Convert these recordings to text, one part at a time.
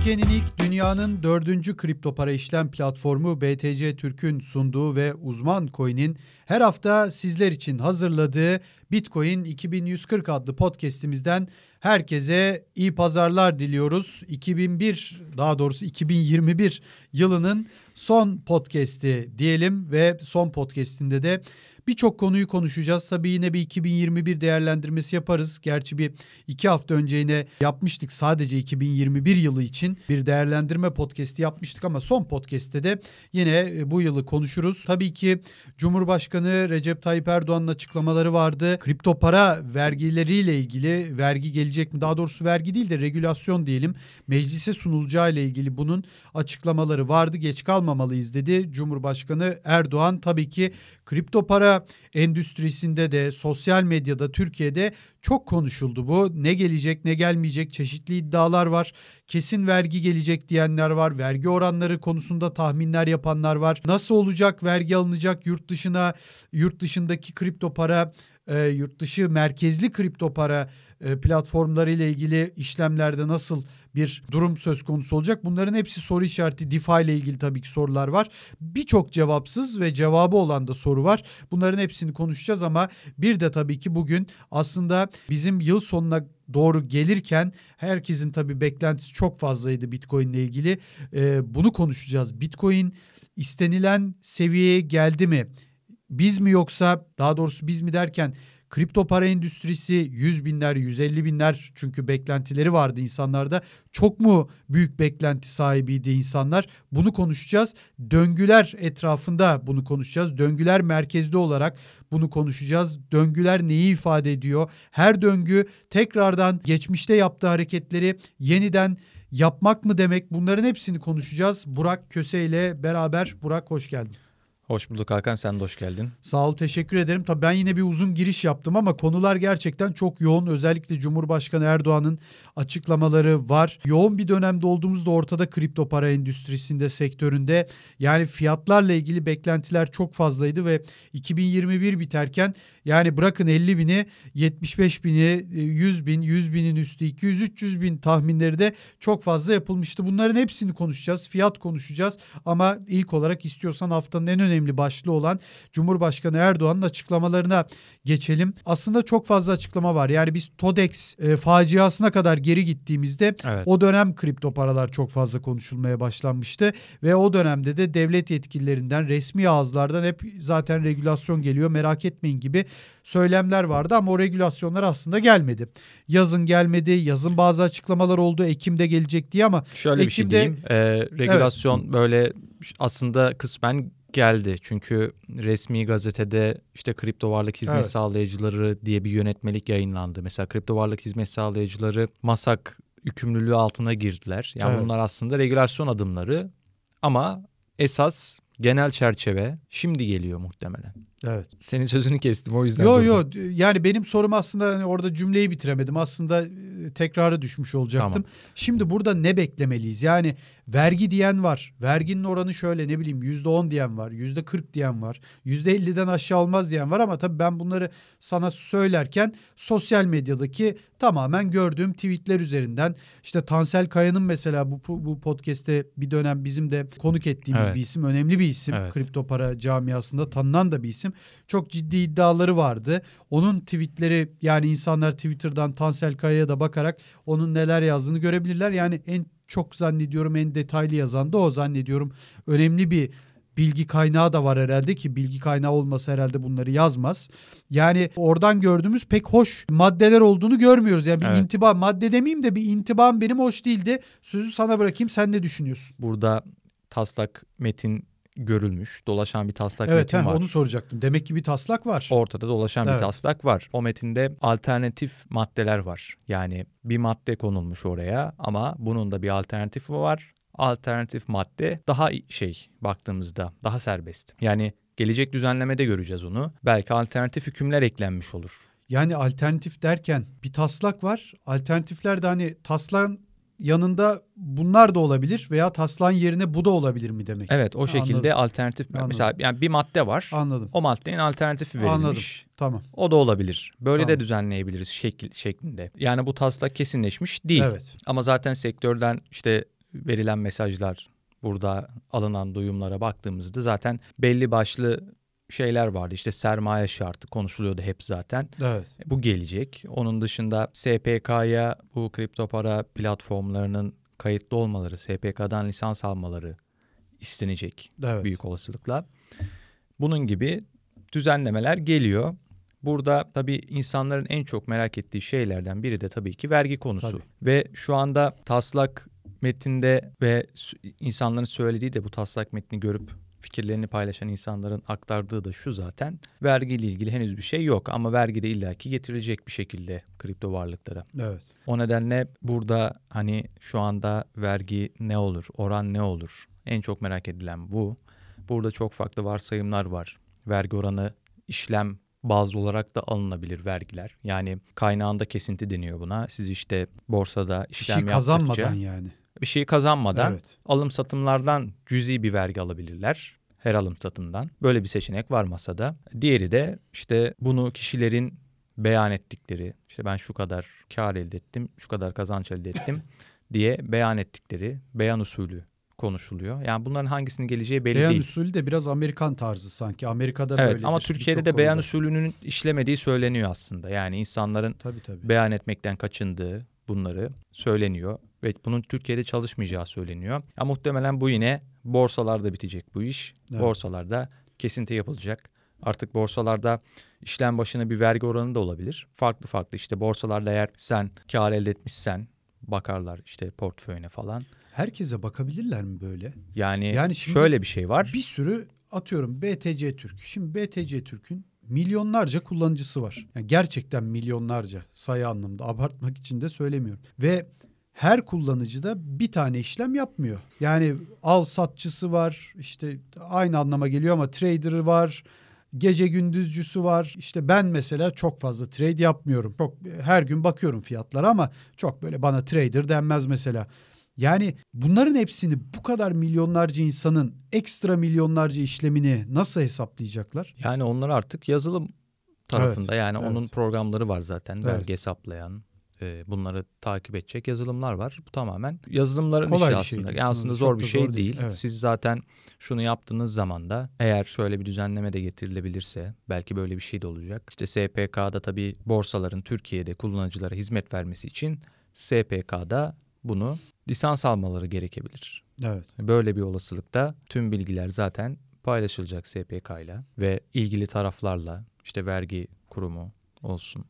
Türkiye'nin ilk, dünyanın 4. kripto para işlem platformu BTC Türk'ün sunduğu ve Uzman Coin'in her hafta sizler için hazırladığı Bitcoin 2140 adlı podcast'imizden herkese iyi pazarlar diliyoruz. 2021 yılının son podcast'i diyelim ve son podcast'inde de birçok konuyu konuşacağız. Tabii yine bir 2021 değerlendirmesi yaparız. Gerçi bir 2 hafta önce yine yapmıştık. Sadece 2021 yılı için bir değerlendirme podcast'i yapmıştık ama son podcast'te de yine bu yılı konuşuruz. Tabii ki Cumhurbaşkanı Recep Tayyip Erdoğan'ın açıklamaları vardı. Kripto para vergileriyle ilgili, vergi gelecek mi? Daha doğrusu vergi değil de regülasyon diyelim. Meclise sunulacağı ile ilgili bunun açıklamaları vardı. Geç kalmamalıyız dedi Cumhurbaşkanı Erdoğan. Tabii ki kripto para endüstrisinde de sosyal medyada Türkiye'de çok konuşuldu bu. Ne gelecek ne gelmeyecek çeşitli iddialar var. Kesin vergi gelecek diyenler var. Vergi oranları konusunda tahminler yapanlar var. Nasıl olacak vergi alınacak yurt dışındaki kripto para, yurt dışı merkezli kripto para platformları ile ilgili işlemlerde nasıl bir durum söz konusu olacak? Bunların hepsi soru işareti. DeFi ile ilgili tabii ki sorular var. Birçok cevapsız ve cevabı olan da soru var. Bunların hepsini konuşacağız ama bir de tabii ki bugün aslında bizim yıl sonuna doğru gelirken herkesin tabii beklentisi çok fazlaydı Bitcoin ile ilgili. Bunu konuşacağız. Bitcoin istenilen seviyeye geldi mi? Biz mi yoksa daha doğrusu biz mi derken kripto para endüstrisi 100 binler, 150 binler çünkü beklentileri vardı insanlarda. Çok mu büyük beklenti sahibiydi insanlar? Bunu konuşacağız. Döngüler etrafında bunu konuşacağız. Döngüler merkezli olarak bunu konuşacağız. Döngüler neyi ifade ediyor? Her döngü tekrardan geçmişte yaptığı hareketleri yeniden yapmak mı demek? Bunların hepsini konuşacağız. Burak Köse ile beraber. Burak hoş geldin. Hoş bulduk Hakan, sen de hoş geldin. Sağ ol, teşekkür ederim. Tabii ben yine bir uzun giriş yaptım ama konular gerçekten çok yoğun. Özellikle Cumhurbaşkanı Erdoğan'ın açıklamaları var. Yoğun bir dönemde olduğumuzda ortada kripto para endüstrisinde, sektöründe. Yani fiyatlarla ilgili beklentiler çok fazlaydı ve 2021 biterken yani bırakın 50 bini, 75 bini, 100 bin, 100 binin üstü 200-300 bin tahminleri de çok fazla yapılmıştı. Bunların hepsini konuşacağız. Fiyat konuşacağız ama ilk olarak istiyorsan haftanın en önemli başlığı olan Cumhurbaşkanı Erdoğan'ın açıklamalarına geçelim. Aslında çok fazla açıklama var. Yani biz TODEX faciasına kadar geri gittiğimizde o dönem kripto paralar çok fazla konuşulmaya başlanmıştı ve o dönemde de devlet yetkililerinden, resmi ağızlardan hep zaten regülasyon geliyor, merak etmeyin gibi söylemler vardı ama o regülasyonlar aslında gelmedi. Yazın gelmedi, yazın bazı açıklamalar oldu, Ekim'de gelecek diye ama şöyle bir şey diyeyim. Regülasyon böyle aslında kısmen geldi. Çünkü resmi gazetede işte kripto varlık hizmet sağlayıcıları diye bir yönetmelik yayınlandı. Mesela kripto varlık hizmet sağlayıcıları MASAK yükümlülüğü altına girdiler. Yani bunlar aslında regülasyon adımları ama esas genel çerçeve şimdi geliyor muhtemelen. Evet. Senin sözünü kestim o yüzden. Yok yani benim sorum aslında hani orada cümleyi bitiremedim. Aslında tekrara düşmüş olacaktım. Tamam. Şimdi burada ne beklemeliyiz? Yani vergi diyen var. Verginin oranı şöyle ne bileyim %10 diyen var. %40 diyen var. %50'den aşağı olmaz diyen var ama tabii ben bunları sana söylerken sosyal medyadaki tamamen gördüğüm tweetler üzerinden işte Tansel Kaya'nın mesela bu podcast'te bir dönem bizim de konuk ettiğimiz bir isim. Önemli bir isim. Kripto para camiasında tanınan da bir isim. Çok ciddi iddiaları vardı. Onun tweetleri yani insanlar Twitter'dan Tansel Kaya'ya da bakarak onun neler yazdığını görebilirler. Yani en çok zannediyorum en detaylı yazan da o zannediyorum. Önemli bir bilgi kaynağı da var herhalde ki bilgi kaynağı olmasa herhalde bunları yazmaz. Yani oradan gördüğümüz pek hoş maddeler olduğunu görmüyoruz. Yani bir intiba, madde demeyeyim de bir intibam benim hoş değildi. Sözü sana bırakayım, sen ne düşünüyorsun? Burada taslak metin görülmüş. Dolaşan bir taslak metin var. Onu soracaktım. Demek ki bir taslak var. Ortada dolaşan bir taslak var. O metinde alternatif maddeler var. Yani bir madde konulmuş oraya ama bunun da bir alternatifi var. Alternatif madde daha baktığımızda daha serbest. Yani gelecek düzenlemede göreceğiz onu. Belki alternatif hükümler eklenmiş olur. Yani alternatif derken bir taslak var. Alternatifler de hani taslağın yanında bunlar da olabilir veya taslağın yerine bu da olabilir mi demek? Evet, o şekilde alternatif. Mesela yani bir madde var. Anladım. O maddenin alternatifi verilmiş. Anladım. Tamam. O da olabilir. Böyle de düzenleyebiliriz şeklinde. Yani bu taslak kesinleşmiş değil. Evet. Ama zaten sektörden işte verilen mesajlar, burada alınan duyumlara baktığımızda zaten belli başlı şeyler vardı. İşte sermaye şartı konuşuluyordu hep zaten. Evet. Bu gelecek. Onun dışında SPK'ya bu kripto para platformlarının kayıtlı olmaları, SPK'dan lisans almaları istenecek büyük olasılıkla. Bunun gibi düzenlemeler geliyor. Burada tabii insanların en çok merak ettiği şeylerden biri de tabii ki vergi konusu. Tabii. Ve şu anda taslak metinde ve insanların söylediği de bu taslak metni görüp fikirlerini paylaşan insanların aktardığı da şu zaten. Vergiyle ilgili henüz bir şey yok ama vergi de illaki getirilecek bir şekilde kripto varlıklara. Evet. O nedenle burada hani şu anda vergi ne olur, oran ne olur? En çok merak edilen bu. Burada çok farklı varsayımlar var. Vergi oranı işlem bazlı olarak da alınabilir vergiler. Yani kaynağında kesinti deniyor buna. Siz işte borsada işlem yaptıkça. Kazanmadan yani. Bir şey kazanmadan Evet. alım satımlardan cüzi bir vergi alabilirler. Her alım satımdan. Böyle bir seçenek var masada. Diğeri de işte bunu kişilerin beyan ettikleri, işte ben şu kadar kar elde ettim, şu kadar kazanç elde ettim diye beyan ettikleri beyan usulü konuşuluyor. Yani bunların hangisinin geleceği belli beyan değil. Beyan usulü de biraz Amerikan tarzı sanki. Amerika'da evet, böyledir. ama Türkiye'de de beyan usulünün işlemediği söyleniyor aslında. Yani insanların tabii. beyan etmekten kaçındığı bunları söyleniyor. Ve bunun Türkiye'de çalışmayacağı söyleniyor. Ya muhtemelen bu yine borsalarda bitecek bu iş. Evet. Borsalarda kesinti yapılacak. Artık borsalarda işlem başına bir vergi oranı da olabilir. Farklı işte borsalarda eğer sen kar elde etmişsen bakarlar işte portföyüne falan. Herkese bakabilirler mi böyle? Yani şöyle bir şey var. Bir sürü atıyorum BTC Türk. Şimdi BTC Türk'ün milyonlarca kullanıcısı var. Yani gerçekten milyonlarca, sayı anlamında, abartmak için de söylemiyorum. Ve her kullanıcı da bir tane işlem yapmıyor. Yani al satçısı var, işte aynı anlama geliyor ama trader'ı var, gece gündüzcüsü var. İşte ben mesela çok fazla trade yapmıyorum. Çok her gün bakıyorum fiyatlara ama çok böyle bana trader denmez mesela. Yani bunların hepsini, bu kadar milyonlarca insanın ekstra milyonlarca işlemini nasıl hesaplayacaklar? Yani onlar artık yazılım tarafında. Evet, yani onun programları var zaten. Vergi Evet. hesaplayan, bunları takip edecek yazılımlar var. Bu tamamen yazılımların Kolay işi bir şey aslında. diyorsun. Yani aslında Çok zor da bir şey zor değil. Evet. Siz zaten şunu yaptığınız zaman da eğer şöyle bir düzenleme de getirilebilirse belki böyle bir şey de olacak. İşte SPK'da tabii borsaların Türkiye'de kullanıcılara hizmet vermesi için SPK'da bunu lisans almaları gerekebilir. Evet. Böyle bir olasılıkta tüm bilgiler zaten paylaşılacak SPK ile ve ilgili taraflarla, işte vergi kurumu olsun,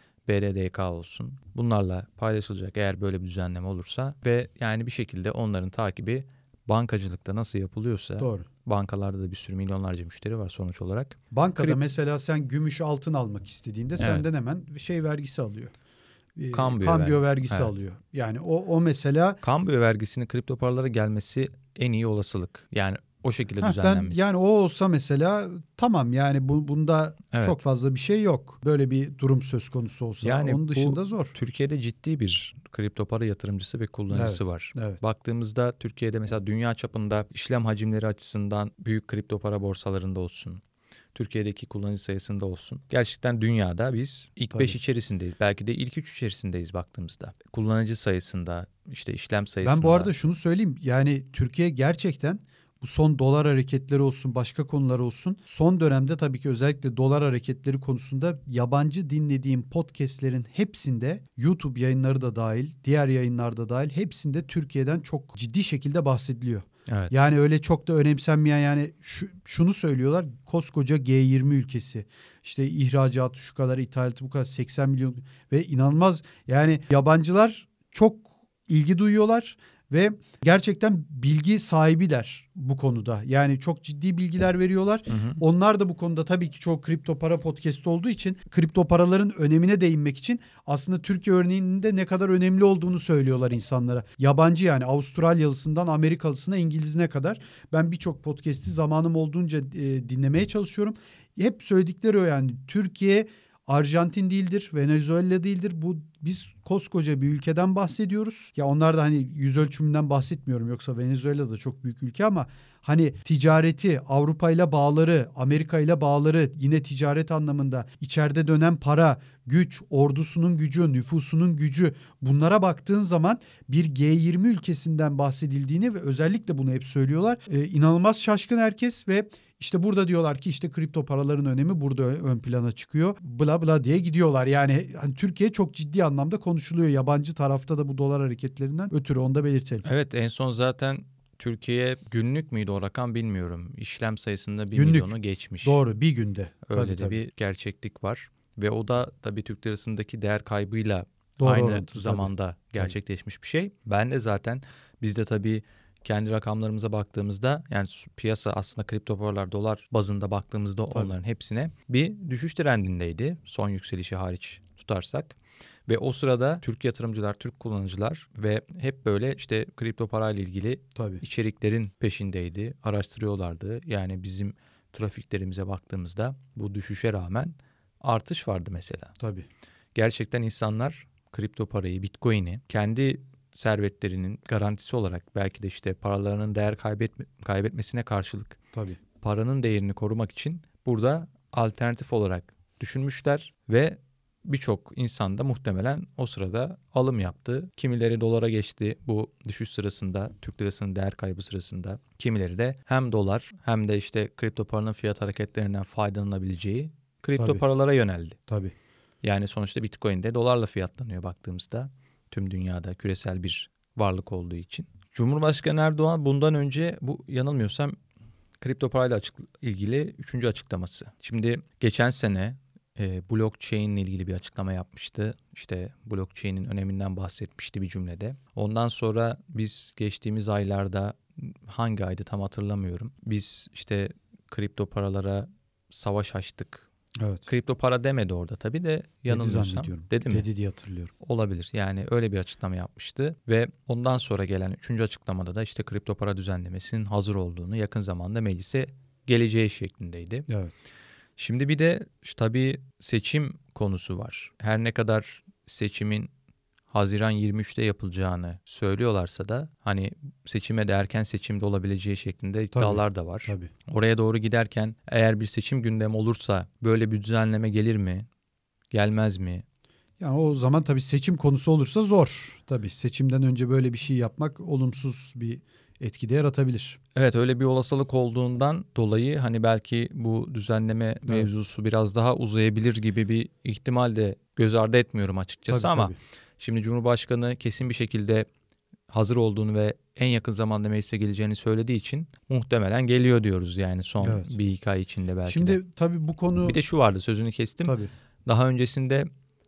BDDK olsun, bunlarla paylaşılacak eğer böyle bir düzenleme olursa ve yani bir şekilde onların takibi bankacılıkta nasıl yapılıyorsa. Doğru. Bankalarda da bir sürü milyonlarca müşteri var sonuç olarak. Bankada mesela sen gümüş altın almak istediğinde senden hemen vergisi alıyor. Kambiyo vergisi alıyor. Yani o mesela. Kambiyo vergisinin kripto paralara gelmesi en iyi olasılık. Yani o şekilde düzenlenmesi. Yani o olsa mesela tamam, yani bunda çok fazla bir şey yok. Böyle bir durum söz konusu olsa. Yani onun dışında zor. Türkiye'de ciddi bir kripto para yatırımcısı ve kullanıcısı var. Evet. Baktığımızda Türkiye'de mesela dünya çapında işlem hacimleri açısından büyük kripto para borsalarında olsun, Türkiye'deki kullanıcı sayısında olsun. Gerçekten dünyada biz ilk 5 içerisindeyiz. Belki de ilk 3 içerisindeyiz baktığımızda. Kullanıcı sayısında, işte işlem sayısında. Ben bu arada şunu söyleyeyim. Yani Türkiye gerçekten bu son dolar hareketleri olsun, başka konular olsun. Son dönemde tabii ki özellikle dolar hareketleri konusunda yabancı dinlediğim podcastlerin hepsinde, YouTube yayınları da dahil, diğer yayınlar da dahil, hepsinde Türkiye'den çok ciddi şekilde bahsediliyor. Evet. Yani öyle çok da önemsenmeyen, yani şunu söylüyorlar: koskoca G20 ülkesi, işte ihracatı şu kadar, ithalatı bu kadar, 80 milyon ve inanılmaz, yani yabancılar çok ilgi duyuyorlar ve gerçekten bilgi sahibiler bu konuda. Yani çok ciddi bilgiler veriyorlar. Hı hı. Onlar da bu konuda tabii ki çok kripto para podcast olduğu için kripto paraların önemine değinmek için aslında Türkiye örneğinde ne kadar önemli olduğunu söylüyorlar insanlara. Yabancı, yani Avustralyalısından Amerikalısına, İngilizine kadar. Ben birçok podcast'i zamanım olduğunca dinlemeye çalışıyorum. Hep söyledikleri o, yani Türkiye Arjantin değildir, Venezuela değildir. Biz koskoca bir ülkeden bahsediyoruz. Ya onlar da hani yüz ölçümünden bahsetmiyorum. Yoksa Venezuela da çok büyük ülke ama hani ticareti, Avrupa ile bağları, Amerika ile bağları, yine ticaret anlamında içeride dönen para, güç, ordusunun gücü, nüfusunun gücü, bunlara baktığın zaman bir G20 ülkesinden bahsedildiğini ve özellikle bunu hep söylüyorlar. İnanılmaz şaşkın herkes ve İşte burada diyorlar ki işte kripto paraların önemi burada ön plana çıkıyor. Bla bla diye gidiyorlar. Yani hani Türkiye çok ciddi anlamda konuşuluyor. Yabancı tarafta da bu dolar hareketlerinden ötürü, onu da belirtelim. Evet, en son zaten Türkiye günlük müydü o rakam bilmiyorum. İşlem sayısında 1 Günlük. milyonu geçmiş. Doğru, bir günde. Öyle tabii. bir gerçeklik var. Ve o da tabii Türk lirasındaki değer kaybıyla Doğru aynı orantılı, zamanda gerçekleşmiş bir şey. Ben de zaten biz de tabii kendi rakamlarımıza baktığımızda yani piyasa aslında kripto paralar dolar bazında baktığımızda onların hepsine bir düşüş trendindeydi. Son yükselişi hariç tutarsak. Ve o sırada Türk yatırımcılar, Türk kullanıcılar ve hep böyle işte kripto parayla ilgili içeriklerin peşindeydi. Araştırıyorlardı. Yani bizim trafiklerimize baktığımızda bu düşüşe rağmen artış vardı mesela. Tabii. Gerçekten insanlar kripto parayı, Bitcoin'i kendi servetlerinin garantisi olarak belki de işte paralarının değer kaybetmesine karşılık paranın değerini korumak için burada alternatif olarak düşünmüşler ve birçok insan da muhtemelen o sırada alım yaptı. Kimileri dolara geçti bu düşüş sırasında, Türk lirasının değer kaybı sırasında. Kimileri de hem dolar hem de işte kripto paranın fiyat hareketlerinden faydalanabileceği kripto paralara yöneldi. Tabii. Yani sonuçta Bitcoin de dolarla fiyatlanıyor baktığımızda. Tüm dünyada küresel bir varlık olduğu için. Cumhurbaşkanı Erdoğan bundan önce bu yanılmıyorsam kripto parayla ilgili 3. açıklaması. Şimdi geçen sene blockchain ile ilgili bir açıklama yapmıştı. İşte blockchain'in öneminden bahsetmişti bir cümlede. Ondan sonra biz geçtiğimiz aylarda, hangi aydı tam hatırlamıyorum, biz işte kripto paralara savaş açtık. Evet. Kripto para demedi orada tabii de yanılmıyorsam. Dedi mi? Dedi diye hatırlıyorum. Olabilir. Yani öyle bir açıklama yapmıştı ve ondan sonra gelen 3. açıklamada da işte kripto para düzenlemesinin hazır olduğunu, yakın zamanda meclise geleceği şeklindeydi. Evet. Şimdi bir de tabii seçim konusu var. Her ne kadar seçimin Haziran 23'te yapılacağını söylüyorlarsa da hani seçime de erken seçimde olabileceği şeklinde iddialar da var. Tabii. Oraya doğru giderken eğer bir seçim gündemi olursa böyle bir düzenleme gelir mi? Gelmez mi? Yani o zaman tabii seçim konusu olursa zor. Tabii seçimden önce böyle bir şey yapmak olumsuz bir etki de yaratabilir. Evet, öyle bir olasılık olduğundan dolayı hani belki bu düzenleme mevzusu biraz daha uzayabilir gibi bir ihtimal de göz ardı etmiyorum açıkçası ama şimdi Cumhurbaşkanı kesin bir şekilde hazır olduğunu ve en yakın zamanda meclise geleceğini söylediği için muhtemelen geliyor diyoruz yani son bir iki ay içinde belki şimdi de. Tabii bu konu... Bir de şu vardı, sözünü kestim. Tabii. Daha öncesinde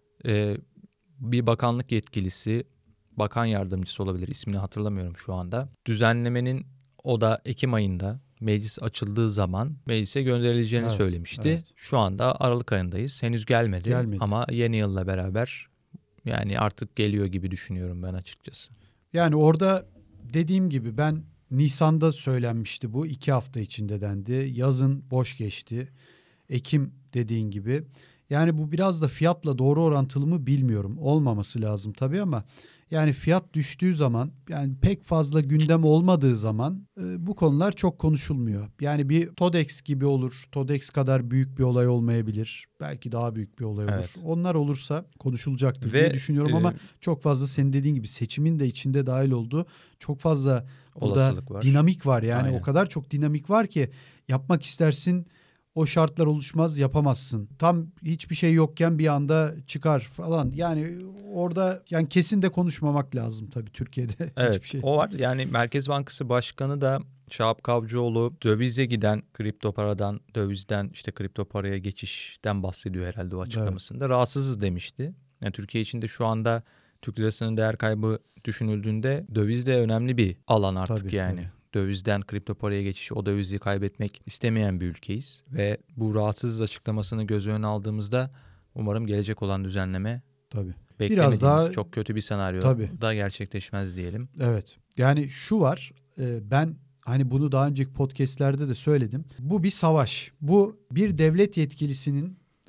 bir bakanlık yetkilisi, bakan yardımcısı olabilir, ismini hatırlamıyorum şu anda. Düzenlemenin o da Ekim ayında meclis açıldığı zaman meclise gönderileceğini söylemişti. Evet. Şu anda Aralık ayındayız. Henüz gelmedi. Ama yeni yılla beraber yani artık geliyor gibi düşünüyorum ben açıkçası. Yani orada dediğim gibi ben Nisan'da söylenmişti, bu 2 hafta içinde dendi. Yazın boş geçti. Ekim dediğin gibi. Yani bu biraz da fiyatla doğru orantılı mı bilmiyorum. Olmaması lazım tabii ama yani fiyat düştüğü zaman, yani pek fazla gündem olmadığı zaman bu konular çok konuşulmuyor. Yani bir TODEX gibi olur. TODEX kadar büyük bir olay olmayabilir. Belki daha büyük bir olay olur. Evet. Onlar olursa konuşulacaktır diye düşünüyorum ama çok fazla senin dediğin gibi seçimin de içinde dahil olduğu çok fazla burada dinamik var. Yani o kadar çok dinamik var ki yapmak istersin, o şartlar oluşmaz, yapamazsın. Tam hiçbir şey yokken bir anda çıkar falan. Yani orada yani kesin de konuşmamak lazım tabii Türkiye'de. Evet, hiçbir şey. O var. Yani Merkez Bankası Başkanı da Şahap Kavcıoğlu dövize giden kripto paradan, dövizden işte kripto paraya geçişten bahsediyor herhalde o açıklamasında. Evet. Rahatsızız demişti. Yani Türkiye için de şu anda Türk lirasının değer kaybı düşünüldüğünde döviz de önemli bir alan artık tabii, yani. Tabii. Dövizden kripto paraya geçişi, o dövizi kaybetmek istemeyen bir ülkeyiz. Ve bu rahatsız açıklamasını göz önüne aldığımızda umarım gelecek olan düzenleme beklemediğimiz daha, çok kötü bir senaryo da gerçekleşmez diyelim. Evet, yani şu var, ben hani bunu daha önceki podcastlerde de söyledim. Bu bir savaş. Bu bir devlet yetkilisinin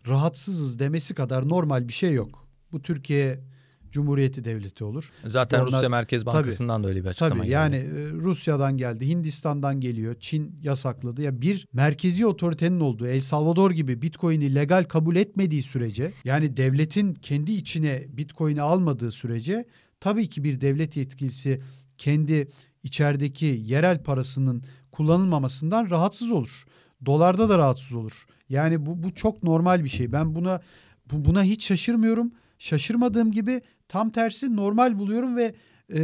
rahatsızız demesi kadar normal bir şey yok. Bu Türkiye Cumhuriyeti Devleti olur. Zaten onlar, Rusya Merkez Bankası'ndan da öyle bir açıklama tabii, geldi. Yani Rusya'dan geldi, Hindistan'dan geliyor, Çin yasakladı. Ya bir merkezi otoritenin olduğu, El Salvador gibi Bitcoin'i legal kabul etmediği sürece, yani devletin kendi içine Bitcoin'i almadığı sürece tabii ki bir devlet yetkilisi kendi içerideki yerel parasının kullanılmamasından rahatsız olur. Dolarda da rahatsız olur. Yani bu çok normal bir şey. Ben buna hiç şaşırmıyorum. Şaşırmadığım gibi tam tersi normal buluyorum ve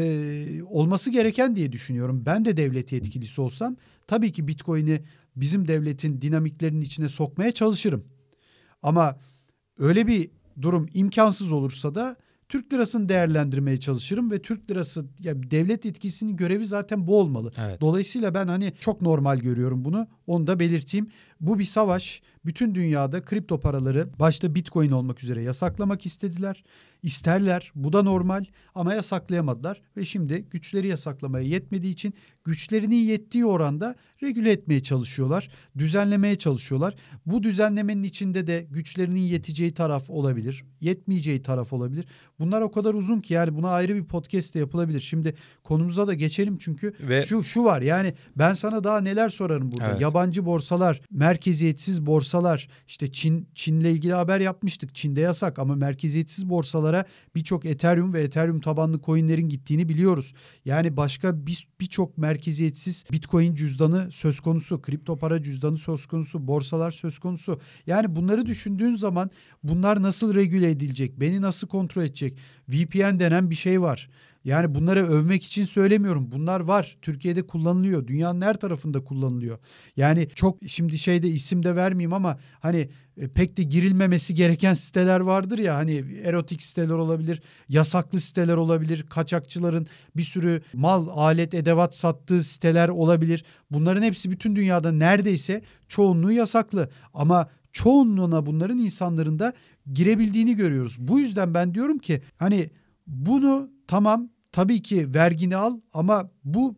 olması gereken diye düşünüyorum. Ben de devlet yetkilisi olsam tabii ki Bitcoin'i bizim devletin dinamiklerinin içine sokmaya çalışırım. Ama öyle bir durum imkansız olursa da Türk lirasını değerlendirmeye çalışırım ve Türk lirası, ya devlet yetkisinin görevi zaten bu olmalı. Evet. Dolayısıyla ben hani çok normal görüyorum bunu. Onu da belirteyim. Bu bir savaş. Bütün dünyada kripto paraları başta Bitcoin olmak üzere yasaklamak isterler. Bu da normal ama yasaklayamadılar ve şimdi güçleri yasaklamaya yetmediği için güçlerinin yettiği oranda regüle etmeye çalışıyorlar, düzenlemeye çalışıyorlar. Bu düzenlemenin içinde de güçlerinin yeteceği taraf olabilir, yetmeyeceği taraf olabilir. Bunlar o kadar uzun ki yani buna ayrı bir podcast de yapılabilir. Şimdi konumuza da geçelim çünkü ve şu var, yani ben sana daha neler sorarım burada. Evet. Yabancı borsalar, merkeziyetsiz borsalar, işte Çin'le ilgili haber yapmıştık. Çin'de yasak ama merkeziyetsiz borsalara birçok Ethereum ve Ethereum tabanlı coinlerin gittiğini biliyoruz. Yani başka birçok merkeziyetsiz Bitcoin cüzdanı söz konusu, kripto para cüzdanı söz konusu, borsalar söz konusu. Yani bunları düşündüğün zaman bunlar nasıl regüle edilecek? Beni nasıl kontrol edecek? VPN denen bir şey var. Yani bunları övmek için söylemiyorum. Bunlar var. Türkiye'de kullanılıyor. Dünyanın her tarafında kullanılıyor. Yani çok şimdi isim de vermeyeyim ama hani pek de girilmemesi gereken siteler vardır ya, hani erotik siteler olabilir, yasaklı siteler olabilir, kaçakçıların bir sürü mal, alet, edevat sattığı siteler olabilir. Bunların hepsi bütün dünyada neredeyse çoğunluğu yasaklı ama çoğunluğuna bunların insanların da girebildiğini görüyoruz. Bu yüzden ben diyorum ki hani bunu tamam, tabii ki vergini al ama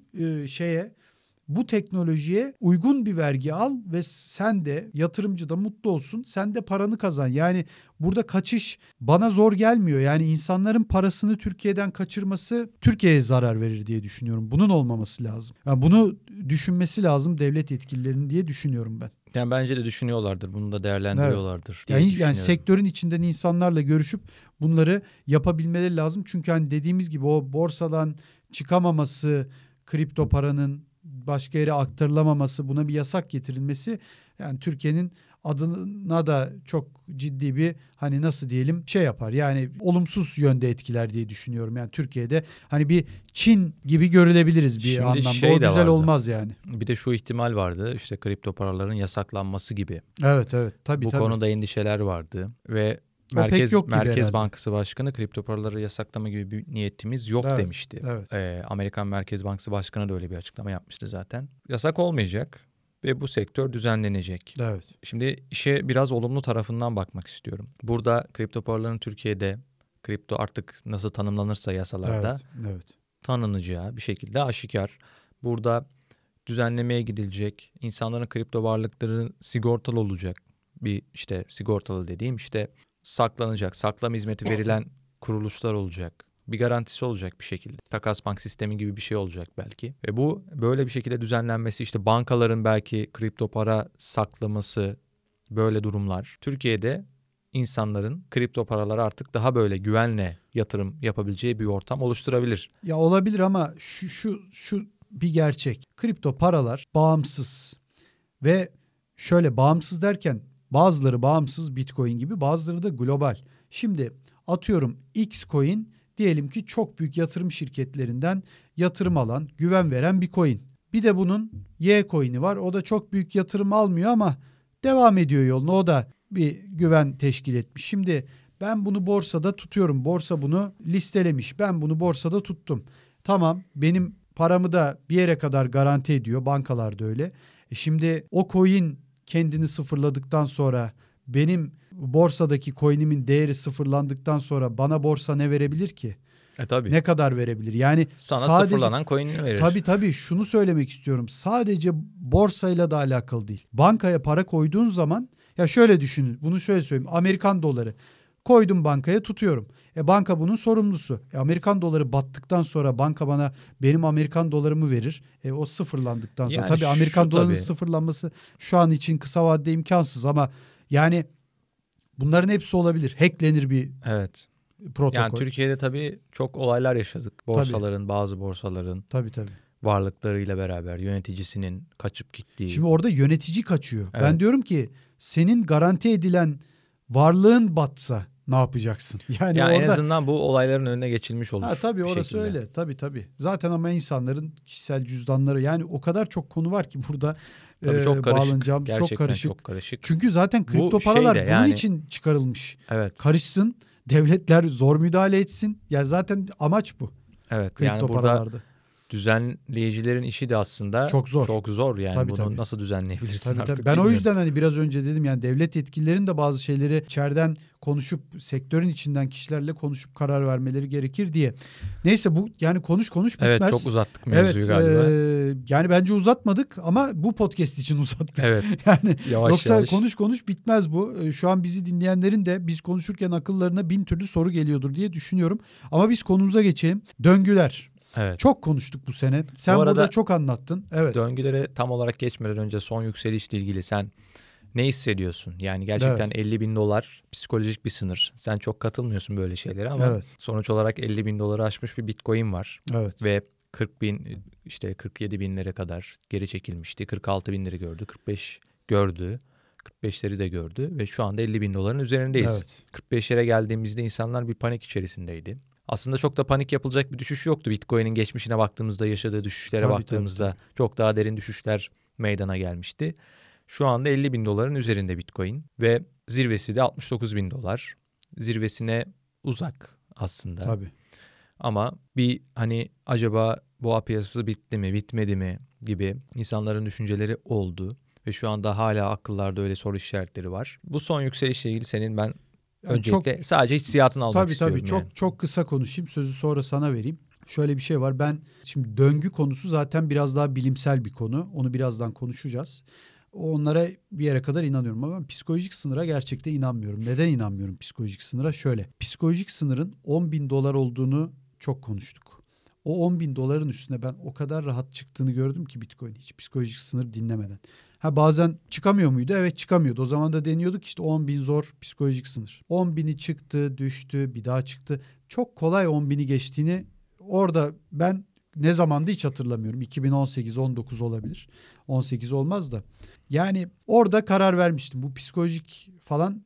bu teknolojiye uygun bir vergi al ve sen de, yatırımcı da mutlu olsun. Sen de paranı kazan. Yani burada kaçış bana zor gelmiyor. Yani insanların parasını Türkiye'den kaçırması Türkiye'ye zarar verir diye düşünüyorum. Bunun olmaması lazım. Yani bunu düşünmesi lazım devlet yetkililerinin diye düşünüyorum ben. Yani bence de düşünüyorlardır. Bunu da değerlendiriyorlardır Evet. diye düşünüyorum. Yani sektörün içinden insanlarla görüşüp bunları yapabilmeleri lazım. Çünkü hani dediğimiz gibi o borsadan çıkamaması, kripto paranın başka yere aktarılamaması, buna bir yasak getirilmesi yani Türkiye'nin adına da çok ciddi bir hani nasıl diyelim yapar. Yani olumsuz yönde etkiler diye düşünüyorum. Yani Türkiye'de hani bir Çin gibi görülebiliriz bir Şimdi anlamda. O güzel vardı. Olmaz yani. Bir de şu ihtimal vardı. İşte kripto paraların yasaklanması gibi. Evet tabii. Bu konuda endişeler vardı ve Merkez Bankası Başkanı kripto paraları yasaklama gibi bir niyetimiz yok demişti. Evet. Amerikan Merkez Bankası Başkanı da öyle bir açıklama yapmıştı zaten. Yasak olmayacak ve bu sektör düzenlenecek. Evet. Şimdi işe biraz olumlu tarafından bakmak istiyorum. Burada kripto paraların Türkiye'de kripto artık nasıl tanımlanırsa yasalarda tanınacağı bir şekilde aşikar. Burada düzenlemeye gidilecek. İnsanların kripto varlıkları sigortalı olacak. Bir sigortalı dediğim saklanacak, saklama hizmeti verilen kuruluşlar olacak. Bir garantisi olacak bir şekilde. Takas bank sistemi gibi bir şey olacak belki. Ve bu böyle bir şekilde düzenlenmesi, bankaların belki kripto para saklaması, böyle durumlar. Türkiye'de insanların kripto paralara artık daha böyle güvenle yatırım yapabileceği bir ortam oluşturabilir. Ya olabilir ama şu bir gerçek. Kripto paralar bağımsız ve bağımsız derken bazıları bağımsız, Bitcoin gibi, bazıları da global. Şimdi atıyorum X coin diyelim ki çok büyük yatırım şirketlerinden yatırım alan, güven veren bir coin. Bir de bunun Y coin'i var. O da çok büyük yatırım almıyor ama devam ediyor yoluna. O da bir güven teşkil etmiş. Şimdi ben bunu borsada tutuyorum. Borsa bunu listelemiş. Ben bunu borsada tuttum. Tamam, benim paramı da bir yere kadar garanti ediyor. Bankalar da öyle. Şimdi o coin kendini sıfırladıktan sonra, benim borsadaki coin'imin değeri sıfırlandıktan sonra bana borsa ne verebilir ki? Tabii. Ne kadar verebilir? Yani sana sadece sıfırlanan coin'ini verir. Tabii şunu söylemek istiyorum. Sadece borsayla da alakalı değil. Bankaya para koyduğun zaman Ya şöyle düşünün. Bunu şöyle söyleyeyim. Amerikan doları koydum bankaya, tutuyorum. Banka bunun sorumlusu. Amerikan doları battıktan sonra banka bana benim Amerikan dolarımı verir. O sıfırlandıktan sonra. Yani Tabii Amerikan dolarının tabii. sıfırlanması şu an için kısa vadede imkansız ama yani bunların hepsi olabilir. Hacklenir bir Evet. protokol. Yani Türkiye'de tabii çok olaylar yaşadık. Bazı borsaların Tabii. varlıklarıyla beraber yöneticisinin kaçıp gittiği. Şimdi orada yönetici kaçıyor. Evet. Ben diyorum ki senin garanti edilen varlığın batsa ne yapacaksın? Yani orada en azından bu olayların önüne geçilmiş olur. Tabii orası şekilde. öyle. Tabii. Zaten ama insanların kişisel cüzdanları, yani o kadar çok konu var ki burada çok karışık. bağlanacağımız. Gerçekten çok karışık. Çünkü zaten kripto paralar bunun için çıkarılmış. Evet. Karışsın, devletler zor müdahale etsin. Yani zaten amaç bu. Evet. Kripto Yani burada paralarda. Düzenleyicilerin işi de aslında çok zor yani. Bunu nasıl düzenleyebilirsin artık Ben bilmiyorum. o yüzden hani biraz önce dedim, yani devlet yetkililerin de bazı şeyleri içeriden konuşup, sektörün içinden kişilerle konuşup karar vermeleri gerekir diye. Neyse, bu yani konuş bitmez. Evet, çok uzattık mevzuyu galiba. Yani bence uzatmadık ama bu podcast için uzattık. Evet. Yani yoksa yavaş. konuş bitmez bu. Şu an bizi dinleyenlerin de biz konuşurken akıllarına 1000 türlü soru geliyordur diye düşünüyorum. Ama biz konumuza geçelim. Döngüler. Evet. Çok konuştuk bu sene. Sen burada çok anlattın. Evet. Döngülere tam olarak geçmeden önce son yükselişle ilgili sen ne hissediyorsun? Yani gerçekten $50.000 psikolojik bir sınır. Sen çok katılmıyorsun böyle şeylere ama sonuç olarak $50.000 aşmış bir Bitcoin var. Evet. Ve 47 binlere kadar geri çekilmişti. 46 binleri gördü. 45 gördü. 45'leri de gördü ve şu anda $50.000'ın üzerindeyiz. Evet. 45'lere geldiğimizde insanlar bir panik içerisindeydi. Aslında çok da panik yapılacak bir düşüş yoktu. Bitcoin'in geçmişine baktığımızda, yaşadığı düşüşlere baktığımızda çok daha derin düşüşler meydana gelmişti. Şu anda $50.000'ın üzerinde Bitcoin ve zirvesi de $69.000. Zirvesine uzak aslında. Tabii. Ama bir acaba boğa piyasası bitti mi, bitmedi mi gibi insanların düşünceleri oldu. Ve şu anda hala akıllarda öyle soru işaretleri var. Bu son yükselişle ilgili senin ben öncelikle sadece hissiyatını almak istiyorum. Tabii çok kısa konuşayım, sözü sonra sana vereyim. Şöyle bir şey var, ben şimdi döngü konusu zaten biraz daha bilimsel bir konu. Onu birazdan konuşacağız. Onlara bir yere kadar inanıyorum ama ben psikolojik sınıra gerçekten inanmıyorum. Neden inanmıyorum psikolojik sınıra? Şöyle, psikolojik sınırın $10.000 olduğunu çok konuştuk. O $10.000'ın üstüne ben o kadar rahat çıktığını gördüm ki Bitcoin, hiç psikolojik sınır dinlemeden. Bazen çıkamıyor muydu? Evet, çıkamıyordu. O zaman da deniyorduk işte 10.000 zor psikolojik sınır. 10.000'i çıktı, düştü, bir daha çıktı. Çok kolay 10.000'i geçtiğini orada ben ne zamandı hiç hatırlamıyorum. 2018-19 olabilir. 18 olmaz da. Yani orada karar vermiştim. Bu psikolojik falan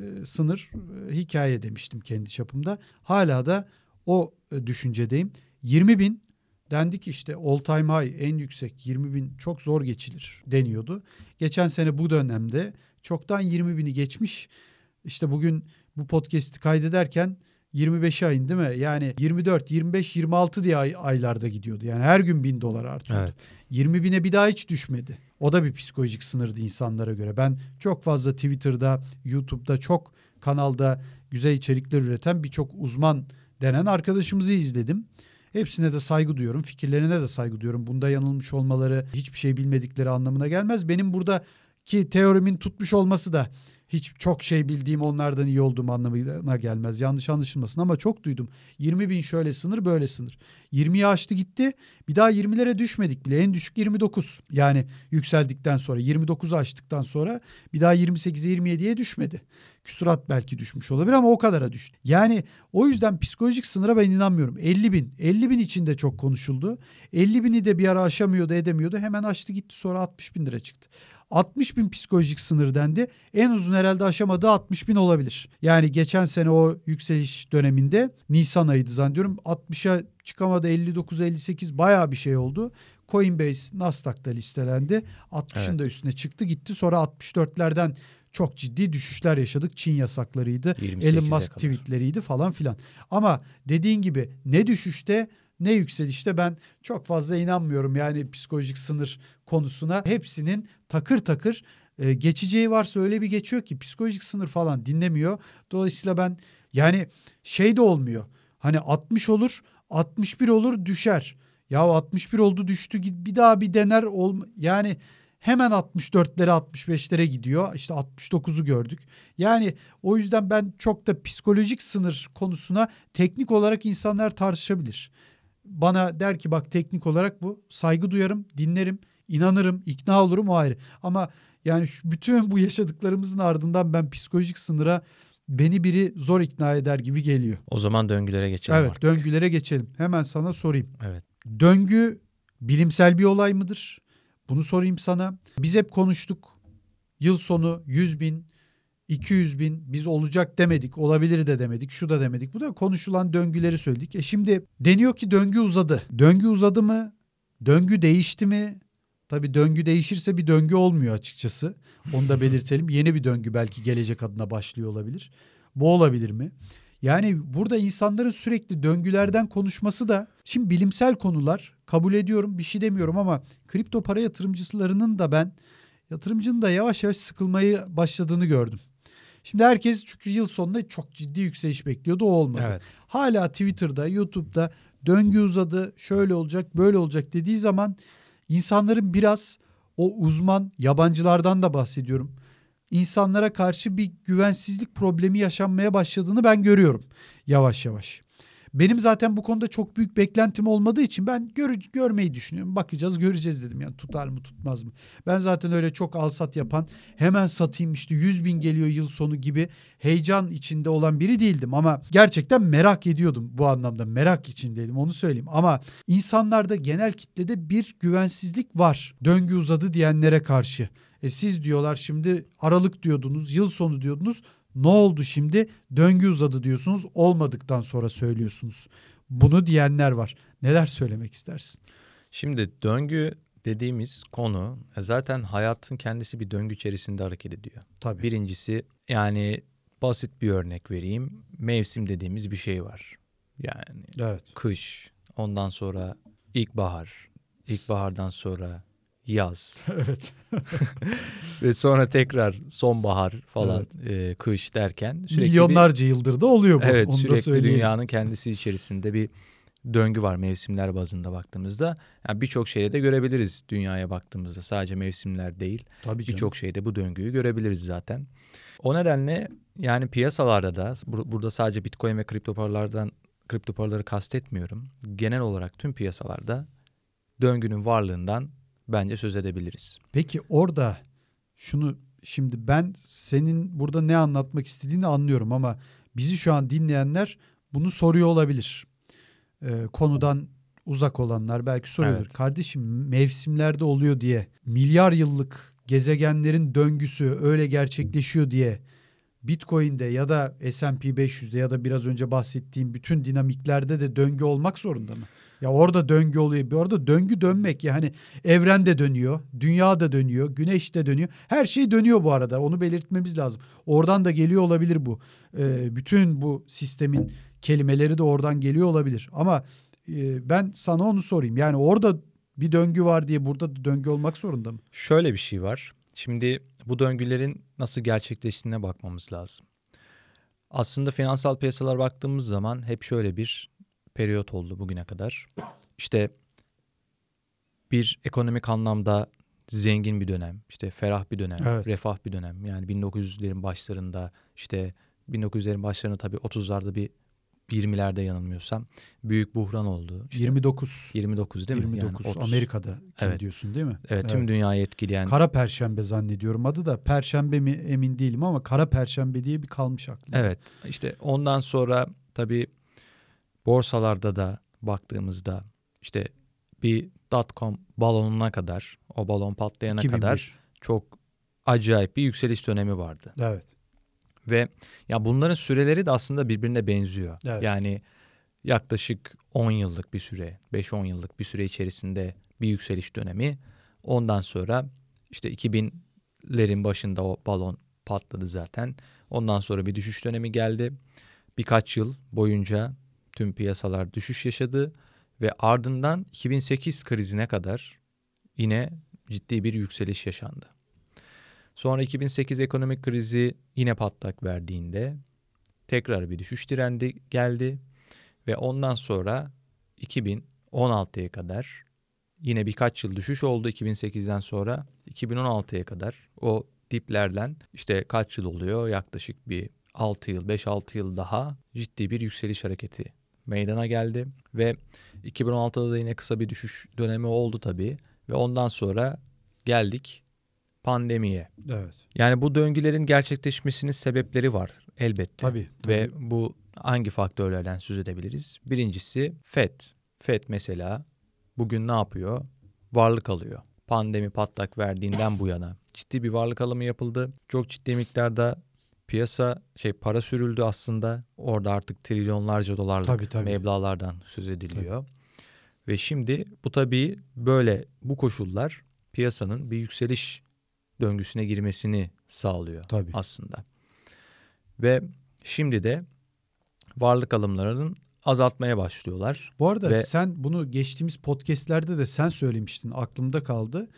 sınır hikaye demiştim kendi çapımda. Hala da o düşüncedeyim. 20.000 dendi ki işte all time high, en yüksek 20.000 çok zor geçilir deniyordu. Geçen sene bu dönemde çoktan 20.000'i geçmiş. İşte bugün bu podcast'i kaydederken 25 ayın değil mi? Yani 24, 25, 26 diye aylarda gidiyordu. Yani her gün $1.000 artıyordu. Evet. 20.000'e bir daha hiç düşmedi. O da bir psikolojik sınırdı insanlara göre. Ben çok fazla Twitter'da, YouTube'da, çok kanalda güzel içerikler üreten birçok uzman denen arkadaşımızı izledim. Hepsine de saygı duyuyorum. Fikirlerine de saygı duyuyorum. Bunda yanılmış olmaları hiçbir şey bilmedikleri anlamına gelmez. Benim buradaki teorimin tutmuş olması da hiç çok şey bildiğim, onlardan iyi olduğum anlamına gelmez. Yanlış anlaşılmasın ama çok duydum. 20.000 şöyle sınır, böyle sınır. 20'yi aştı gitti. Bir daha 20'lere düşmedik bile. En düşük 29. Yani yükseldikten sonra 29'u aştıktan sonra bir daha 28'e 27'ye düşmedi. Küsurat belki düşmüş olabilir ama o kadara düştü. Yani o yüzden psikolojik sınıra ben inanmıyorum. 50.000. 50.000 için de çok konuşuldu. 50.000'i de bir ara aşamıyordu, edemiyordu. Hemen aştı gitti, sonra 60.000 lira çıktı. 60.000 psikolojik sınır dendi. En uzun herhalde aşamadığı 60.000 olabilir. Yani geçen sene o yükseliş döneminde Nisan ayıydı zannediyorum. 60'a çıkamadı, 59-58 bayağı bir şey oldu. Coinbase Nasdaq'ta listelendi. 60'ın da üstüne çıktı gitti. Sonra 64'lerden çok ciddi düşüşler yaşadık. Çin yasaklarıydı. Elon Musk tweetleriydi falan filan. Ama dediğin gibi ne düşüşte ne yükselişte ben çok fazla inanmıyorum yani psikolojik sınır konusuna. Hepsinin takır takır geçeceği varsa öyle bir geçiyor ki psikolojik sınır falan dinlemiyor. Dolayısıyla ben yani şey de olmuyor. Hani 60 olur, 61 olur, düşer. Ya 61 oldu, düştü, bir daha bir dener yani hemen 64'lere 65'lere gidiyor. İşte 69'u gördük. Yani o yüzden ben çok da psikolojik sınır konusuna teknik olarak insanlar tartışabilir. Bana der ki bak teknik olarak bu, saygı duyarım, dinlerim, inanırım, ikna olurum, o ayrı. Ama yani bütün bu yaşadıklarımızın ardından ben psikolojik sınıra beni biri zor ikna eder gibi geliyor. O zaman döngülere geçelim Evet, artık. döngülere geçelim. Hemen sana sorayım. Evet. Döngü bilimsel bir olay mıdır? Bunu sorayım sana. Biz hep konuştuk. Yıl sonu 100 bin, 200 bin, biz olacak demedik, olabilir de demedik, şu da demedik. Bu da konuşulan döngüleri söyledik. Şimdi deniyor ki döngü uzadı. Döngü uzadı mı? Döngü değişti mi? Tabii döngü değişirse bir döngü olmuyor açıkçası. Onu da belirtelim. Yeni bir döngü belki gelecek adına başlıyor olabilir. Bu olabilir mi? Yani burada insanların sürekli döngülerden konuşması da, şimdi bilimsel konular, kabul ediyorum, bir şey demiyorum, ama kripto para yatırımcılarının da yatırımcının da yavaş yavaş sıkılmayı başladığını gördüm. Şimdi herkes çünkü yıl sonunda çok ciddi yükseliş bekliyordu, o olmadı. Evet. Hala Twitter'da, YouTube'da döngü uzadı, şöyle olacak, böyle olacak dediği zaman insanların biraz o uzman yabancılardan da bahsediyorum, İnsanlara karşı bir güvensizlik problemi yaşanmaya başladığını ben görüyorum yavaş yavaş. Benim zaten bu konuda çok büyük beklentim olmadığı için ben görmeyi düşünüyorum. Bakacağız, göreceğiz dedim, yani tutar mı tutmaz mı? Ben zaten öyle çok alsat yapan, hemen satayım işte 100 bin geliyor yıl sonu gibi heyecan içinde olan biri değildim. Ama gerçekten merak ediyordum, bu anlamda merak içindeydim, onu söyleyeyim. Ama insanlarda, genel kitlede bir güvensizlik var döngü uzadı diyenlere karşı. Siz diyorlar şimdi Aralık diyordunuz, yıl sonu diyordunuz. Ne oldu şimdi? Döngü uzadı diyorsunuz. Olmadıktan sonra söylüyorsunuz. Bunu diyenler var. Neler söylemek istersin? Şimdi döngü dediğimiz konu zaten hayatın kendisi bir döngü içerisinde hareket ediyor. Tabii. Birincisi, yani basit bir örnek vereyim. Mevsim dediğimiz bir şey var. Yani Evet. kış, ondan sonra ilkbahar, ilkbahardan sonra yaz. Evet. Ve sonra tekrar sonbahar falan, kış derken sürekli milyonlarca yıldır da oluyor bu. Evet, onu sürekli dünyanın kendisi içerisinde bir döngü var mevsimler bazında baktığımızda. Yani birçok şeyde de görebiliriz dünyaya baktığımızda. Sadece mevsimler değil. Birçok şeyde bu döngüyü görebiliriz zaten. O nedenle yani piyasalarda da, burada sadece Bitcoin ve kripto paraları kastetmiyorum. Genel olarak tüm piyasalarda döngünün varlığından bence söz edebiliriz. Peki orada şimdi ben senin burada ne anlatmak istediğini anlıyorum, ama bizi şu an dinleyenler bunu soruyor olabilir. Konudan uzak olanlar belki soruyordur. Evet. Kardeşim, mevsimlerde oluyor diye, milyar yıllık gezegenlerin döngüsü öyle gerçekleşiyor diye Bitcoin'de ya da S&P 500'de ya da biraz önce bahsettiğim bütün dinamiklerde de döngü olmak zorunda mı? Ya orada döngü oluyor. Orada döngü dönmek, yani evren de dönüyor, dünya da dönüyor, güneş de dönüyor. Her şey dönüyor bu arada. Onu belirtmemiz lazım. Oradan da geliyor olabilir bu. Bütün bu sistemin kelimeleri de oradan geliyor olabilir. Ama ben sana onu sorayım. Yani orada bir döngü var diye burada da döngü olmak zorunda mı? Şöyle bir şey var. Şimdi bu döngülerin nasıl gerçekleştiğine bakmamız lazım. Aslında finansal piyasalar baktığımız zaman hep şöyle bir periyot oldu bugüne kadar. İşte bir ekonomik anlamda zengin bir dönem, işte ferah bir dönem, Evet. refah bir dönem. Yani 1900'lerin başlarında, işte 1900'lerin başlarında, tabii 30'larda bir 20'lerde yanılmıyorsam büyük buhran oldu. İşte 29 değil mi? 29 yani Amerika'da evet. diyorsun değil mi? Evet, tüm dünyayı etkileyen. Kara Perşembe zannediyorum adı da. Perşembe mi emin değilim, ama Kara Perşembe diye bir kalmış aklımda. Evet, işte ondan sonra tabii borsalarda da baktığımızda işte bir .com balonuna kadar, o balon patlayana 2001. kadar çok acayip bir yükseliş dönemi vardı. Evet. Ve ya bunların süreleri de aslında birbirine benziyor. Evet. Yani yaklaşık 10 yıllık bir süre, 5-10 yıllık bir süre içerisinde bir yükseliş dönemi. Ondan sonra işte 2000'lerin başında o balon patladı zaten. Ondan sonra bir düşüş dönemi geldi. Birkaç yıl boyunca tüm piyasalar düşüş yaşadı ve ardından 2008 krizine kadar yine ciddi bir yükseliş yaşandı. Sonra 2008 ekonomik krizi yine patlak verdiğinde tekrar bir düşüş trendi geldi ve ondan sonra 2016'ya kadar yine birkaç yıl düşüş oldu 2008'den sonra 2016'ya kadar o diplerden işte kaç yıl oluyor? Yaklaşık bir 6 yıl, 5-6 yıl daha ciddi bir yükseliş hareketi meydana geldi ve 2016'da da yine kısa bir düşüş dönemi oldu tabii ve ondan sonra geldik pandemiye. Evet. Yani bu döngülerin gerçekleşmesinin sebepleri var elbette. Tabii. Ve bu hangi faktörlerden söz edebiliriz? Birincisi FED. FED mesela bugün ne yapıyor? Varlık alıyor. Pandemi patlak verdiğinden bu yana ciddi bir varlık alımı yapıldı. Çok ciddi miktarda para sürüldü aslında. Orada artık trilyonlarca dolarlık meblağlardan söz ediliyor. Ve şimdi bu tabii böyle bu koşullar piyasanın bir yükseliş döngüsüne girmesini sağlıyor aslında. Ve şimdi de varlık alımlarının azaltmaya başlıyorlar. Bu arada sen bunu geçtiğimiz podcastlerde de sen söylemiştin. Aklımda kaldı.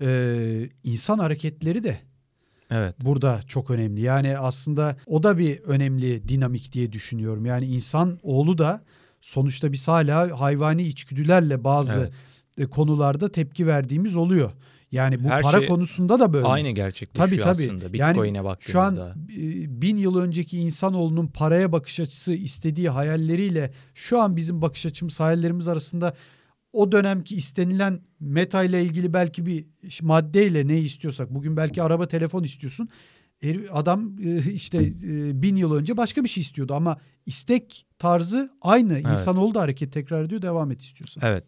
İnsan hareketleri de burada çok önemli. Yani aslında o da bir önemli dinamik diye düşünüyorum. Yani insanoğlu da sonuçta biz hala hayvani içgüdülerle bazı konularda tepki verdiğimiz oluyor. Yani bu para konusunda da böyle. Aynı gerçekleşiyor aslında Bitcoin'e baktığımızda. Şu an 1000 yıl önceki insanoğlunun paraya bakış açısı, istediği hayalleriyle şu an bizim bakış açımız, hayallerimiz arasında o dönemki istenilen meta ile ilgili belki bir maddeyle ne istiyorsak, bugün belki araba, telefon istiyorsun. Adam 1000 yıl önce başka bir şey istiyordu ama istek tarzı aynı. İnsanoğlu da hareket tekrar ediyor, devam et istiyorsan. Evet.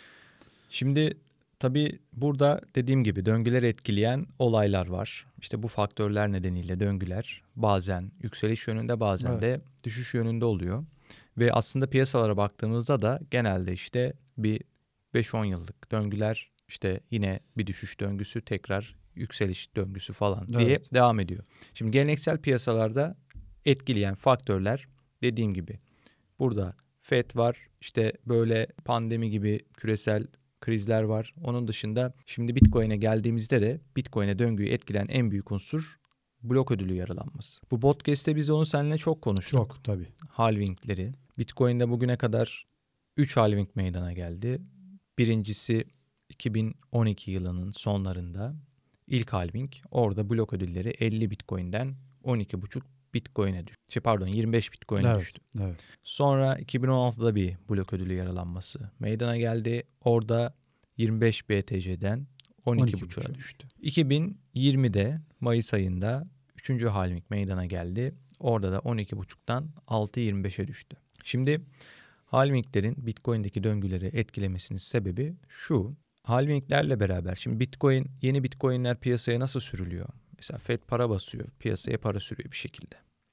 Şimdi tabii burada dediğim gibi döngüleri etkileyen olaylar var. İşte bu faktörler nedeniyle döngüler bazen yükseliş yönünde, bazen de düşüş yönünde oluyor. Ve aslında piyasalara baktığımızda da genelde işte bir 5-10 yıllık döngüler, işte yine bir düşüş döngüsü, tekrar yükseliş döngüsü falan diye devam ediyor. Şimdi geleneksel piyasalarda etkileyen faktörler dediğim gibi burada FED var, işte böyle pandemi gibi küresel krizler var. Onun dışında şimdi Bitcoin'e geldiğimizde de Bitcoin'e döngüyü etkileyen en büyük unsur blok ödülü yaralanması. Bu podcast'te biz onu seninle çok konuştuk. Çok tabii. Halvingleri. Bitcoin'de bugüne kadar 3 halving meydana geldi. Birincisi 2012 yılının sonlarında ilk halving. Orada blok ödülleri 50 Bitcoin'den 12,5 Bitcoin'e düştü. 25 Bitcoin'e düştü. Evet. Sonra 2016'da bir blok ödülü yaralanması meydana geldi. Orada 25 BTC'den 12,5'a düştü. 2020'de Mayıs ayında 3. halving meydana geldi. Orada da 12,5'tan 6,25'e düştü. Şimdi halvinglerin Bitcoin'deki döngüleri etkilemesinin sebebi şu. Halvinglerle beraber şimdi yeni Bitcoin'ler piyasaya nasıl sürülüyor? Mesela FED para basıyor, piyasaya para sürüyor bir şekilde.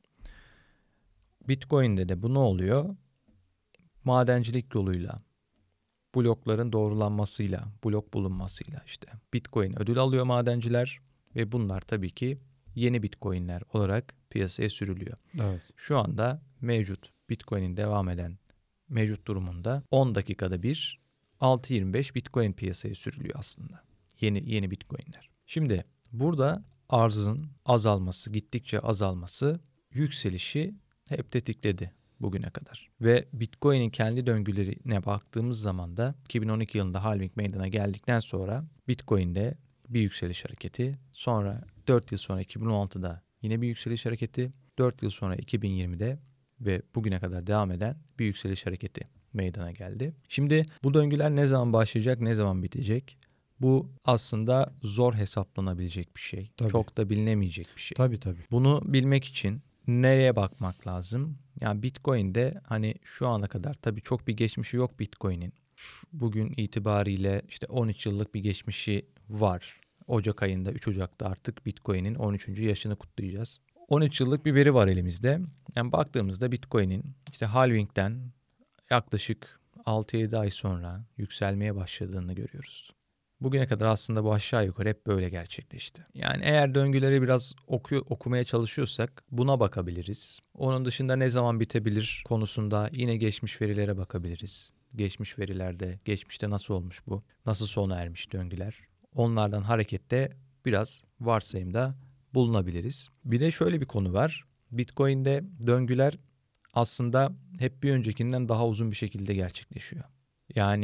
Bitcoin'de de bu ne oluyor? Madencilik yoluyla, blokların doğrulanmasıyla, blok bulunmasıyla işte Bitcoin ödül alıyor madenciler ve bunlar tabii ki yeni Bitcoin'ler olarak piyasaya sürülüyor. Evet. Şu anda mevcut Bitcoin'in devam eden mevcut durumunda 10 dakikada bir 6,25 Bitcoin piyasaya sürülüyor aslında. Yeni Bitcoin'ler. Şimdi burada arzın azalması, gittikçe azalması yükselişi hep tetikledi bugüne kadar. Ve Bitcoin'in kendi döngülerine baktığımız zaman da 2012 yılında halving meydana geldikten sonra Bitcoin'de bir yükseliş hareketi, sonra 4 yıl sonra 2016'da yine bir yükseliş hareketi, 4 yıl sonra 2020'de ve bugüne kadar devam eden bir yükseliş hareketi meydana geldi. Şimdi bu döngüler ne zaman başlayacak, ne zaman bitecek? Bu aslında zor hesaplanabilecek bir şey. Tabii. Çok da bilinemeyecek bir şey. Tabii. Bunu bilmek için nereye bakmak lazım? Yani Bitcoin'de hani şu ana kadar tabii çok bir geçmişi yok Bitcoin'in. Bugün itibariyle işte 13 yıllık bir geçmişi var. Ocak ayında 3 Ocak'ta artık Bitcoin'in 13. yaşını kutlayacağız. 13 yıllık bir veri var elimizde. Yani baktığımızda Bitcoin'in işte halving'den yaklaşık 6-7 ay sonra yükselmeye başladığını görüyoruz. Bugüne kadar aslında bu aşağı yukarı hep böyle gerçekleşti. Yani eğer döngüleri biraz okumaya çalışıyorsak buna bakabiliriz. Onun dışında ne zaman bitebilir konusunda yine geçmiş verilere bakabiliriz. Geçmiş verilerde, geçmişte nasıl olmuş bu, nasıl sona ermiş döngüler. Onlardan hareketle biraz varsayımda bulunabiliriz. Bir de şöyle bir konu var. Bitcoin'de döngüler aslında hep bir öncekinden daha uzun bir şekilde gerçekleşiyor. Yani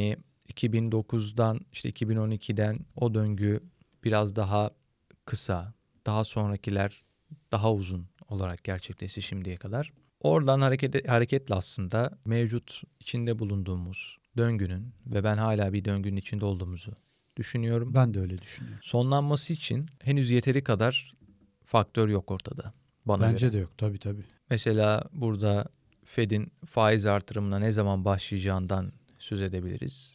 2009'dan işte 2012'den o döngü biraz daha kısa, daha sonrakiler daha uzun olarak gerçekleşti şimdiye kadar. Oradan hareketle aslında mevcut içinde bulunduğumuz döngünün ve ben hala bir döngünün içinde olduğumuzu düşünüyorum. Ben de öyle düşünüyorum. Sonlanması için henüz yeteri kadar faktör yok ortada bana göre. Bence de yok tabii. Mesela burada Fed'in faiz artırımına ne zaman başlayacağından söz edebiliriz.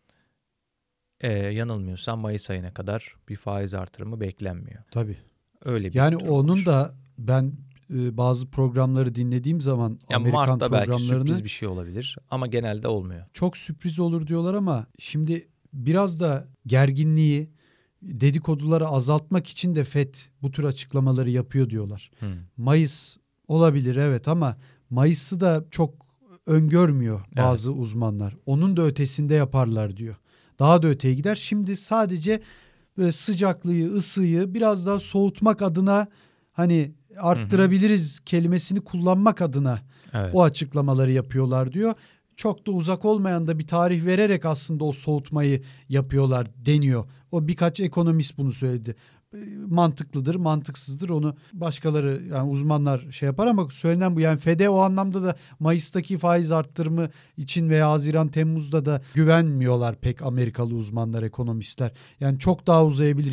Yanılmıyorsam Mayıs ayına kadar bir faiz artırımı beklenmiyor. Tabii. Öyle bir yani durum onun var. da ben bazı programları dinlediğim zaman Yani Amerikan Mart'ta belki programlarını sürpriz bir şey olabilir ama genelde olmuyor. çok sürpriz olur diyorlar ama şimdi biraz da gerginliği, dedikoduları azaltmak için de FED bu tür açıklamaları yapıyor diyorlar. Mayıs olabilir evet ama Mayıs'ı da çok öngörmüyor bazı uzmanlar. Onun da ötesinde yaparlar diyor. Daha da öteye gider. Şimdi sadece sıcaklığı, ısıyı biraz daha soğutmak adına hani arttırabiliriz kelimesini kullanmak adına o açıklamaları yapıyorlar diyor. Çok da uzak olmayan da bir tarih vererek aslında o soğutmayı yapıyorlar deniyor. O birkaç ekonomist bunu söyledi. Mantıklıdır, mantıksızdır onu başkaları yani uzmanlar şey yapar ama söylenen bu. Yani FED'e o anlamda da Mayıs'taki faiz arttırımı için veya Haziran Temmuz'da da güvenmiyorlar pek Amerikalı uzmanlar, ekonomistler. Yani çok daha uzayabilir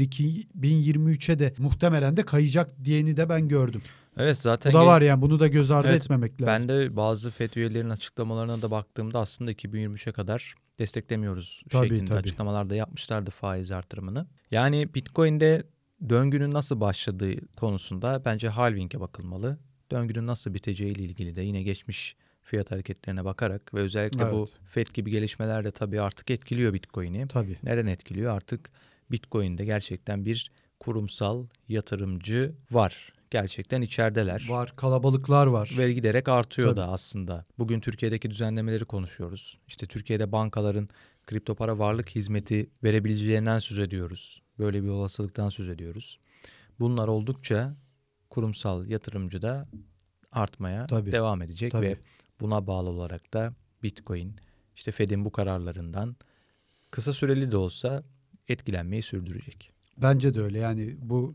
2023'e de muhtemelen de kayacak diyeni de ben gördüm. Evet zaten. Bu da var yani bunu da göz ardı etmemek lazım. Ben de bazı FED üyelerinin açıklamalarına da baktığımda aslında 2023'e kadar desteklemiyoruz şeklinde açıklamalarda yapmışlardı faiz artırımını. Yani Bitcoin'de döngünün nasıl başladığı konusunda bence halving'e bakılmalı. Döngünün nasıl biteceği ile ilgili de yine geçmiş fiyat hareketlerine bakarak ve özellikle bu FED gibi gelişmeler de tabii artık etkiliyor Bitcoin'i. Tabii. Neden etkiliyor? Artık Bitcoin'de gerçekten bir kurumsal yatırımcı var. Gerçekten içerideler. Var, kalabalıklar var. Ve giderek artıyor da aslında. Bugün Türkiye'deki düzenlemeleri konuşuyoruz. İşte Türkiye'de bankaların kripto para varlık hizmeti verebileceğinden söz ediyoruz. Böyle bir olasılıktan söz ediyoruz. Bunlar oldukça kurumsal yatırımcı da artmaya devam edecek ve buna bağlı olarak da Bitcoin işte Fed'in bu kararlarından kısa süreli de olsa etkilenmeyi sürdürecek. Bence de öyle yani bu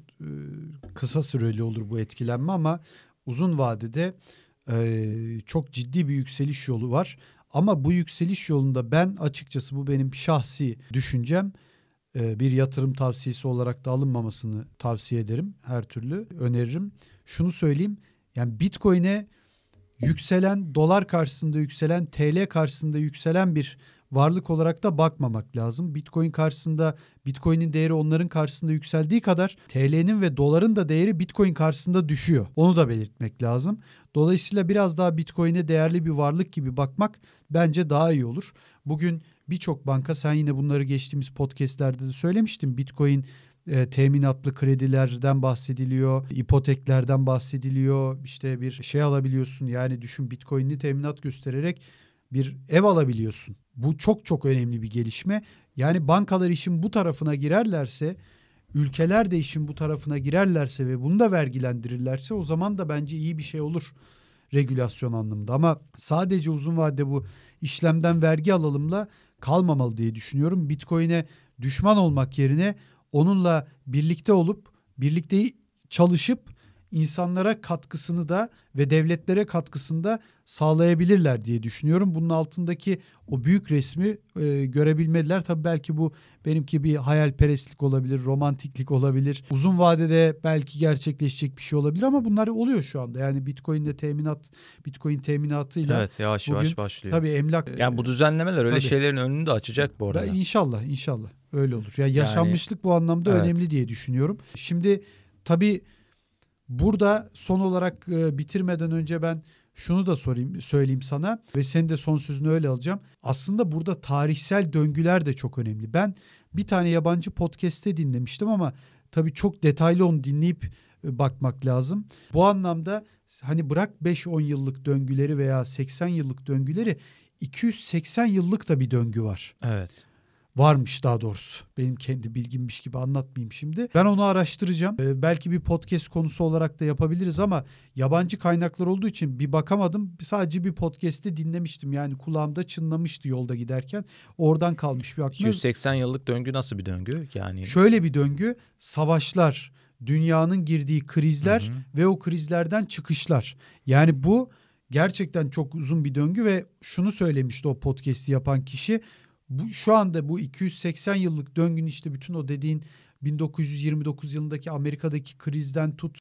kısa süreli olur bu etkilenme ama uzun vadede çok ciddi bir yükseliş yolu var. Ama bu yükseliş yolunda ben açıkçası bu benim şahsi düşüncem bir yatırım tavsiyesi olarak da alınmamasını tavsiye ederim. Her türlü öneririm. Şunu söyleyeyim yani Bitcoin'e yükselen dolar karşısında yükselen TL karşısında yükselen bir varlık olarak da bakmamak lazım. Bitcoin karşısında Bitcoin'in değeri onların karşısında yükseldiği kadar TL'nin ve doların da değeri Bitcoin karşısında düşüyor. Onu da belirtmek lazım. Dolayısıyla biraz daha Bitcoin'e değerli bir varlık gibi bakmak bence daha iyi olur. Bugün birçok banka sen yine bunları geçtiğimiz podcastlerde de söylemiştin. Bitcoin teminatlı kredilerden bahsediliyor, ipoteklerden bahsediliyor. İşte bir şey alabiliyorsun yani düşün Bitcoin'li teminat göstererek bir ev alabiliyorsun. Bu çok çok önemli bir gelişme. Yani bankalar işin bu tarafına girerlerse, ülkeler de işin bu tarafına girerlerse ve bunu da vergilendirirlerse o zaman da bence iyi bir şey olur regülasyon anlamında. Ama sadece uzun vadede bu işlemden vergi alalımla kalmamalı diye düşünüyorum. Bitcoin'e düşman olmak yerine onunla birlikte olup, birlikte çalışıp insanlara katkısını da ve devletlere katkısını da sağlayabilirler diye düşünüyorum. Bunun altındaki o büyük resmi görebilmeliler. Tabii belki bu benimki bir hayalperestlik olabilir, romantiklik olabilir. Uzun vadede belki gerçekleşecek bir şey olabilir ama bunlar oluyor şu anda. Yani Bitcoin teminatıyla yavaş yavaş başlıyor. Tabii emlak. Yani bu düzenlemeler öyle şeylerin önünü de açacak bu arada. İnşallah öyle olur. Yani yaşanmışlık bu anlamda önemli diye düşünüyorum. Şimdi tabii burada son olarak bitirmeden önce ben şunu da söyleyeyim sana ve senin de son sözünü öyle alacağım. Aslında burada tarihsel döngüler de çok önemli. Ben bir tane yabancı podcast'te dinlemiştim ama tabii çok detaylı onu dinleyip bakmak lazım. Bu anlamda hani bırak 5-10 yıllık döngüleri veya 80 yıllık döngüleri 280 yıllık da bir döngü var. Evet. Varmış daha doğrusu. Benim kendi bilgimmiş gibi anlatmayayım şimdi. Ben onu araştıracağım. Belki bir podcast konusu olarak da yapabiliriz ama yabancı kaynaklar olduğu için bir bakamadım. Sadece bir podcast'i dinlemiştim. Yani kulağımda çınlamıştı yolda giderken. Oradan kalmış bir aklım. 280 yıllık döngü nasıl bir döngü? Yani şöyle bir döngü: savaşlar, dünyanın girdiği krizler ve o krizlerden çıkışlar. Yani bu gerçekten çok uzun bir döngü ve şunu söylemişti o podcast'i yapan kişi. Şu anda bu 280 yıllık döngünün işte bütün o dediğin 1929 yılındaki Amerika'daki krizden tut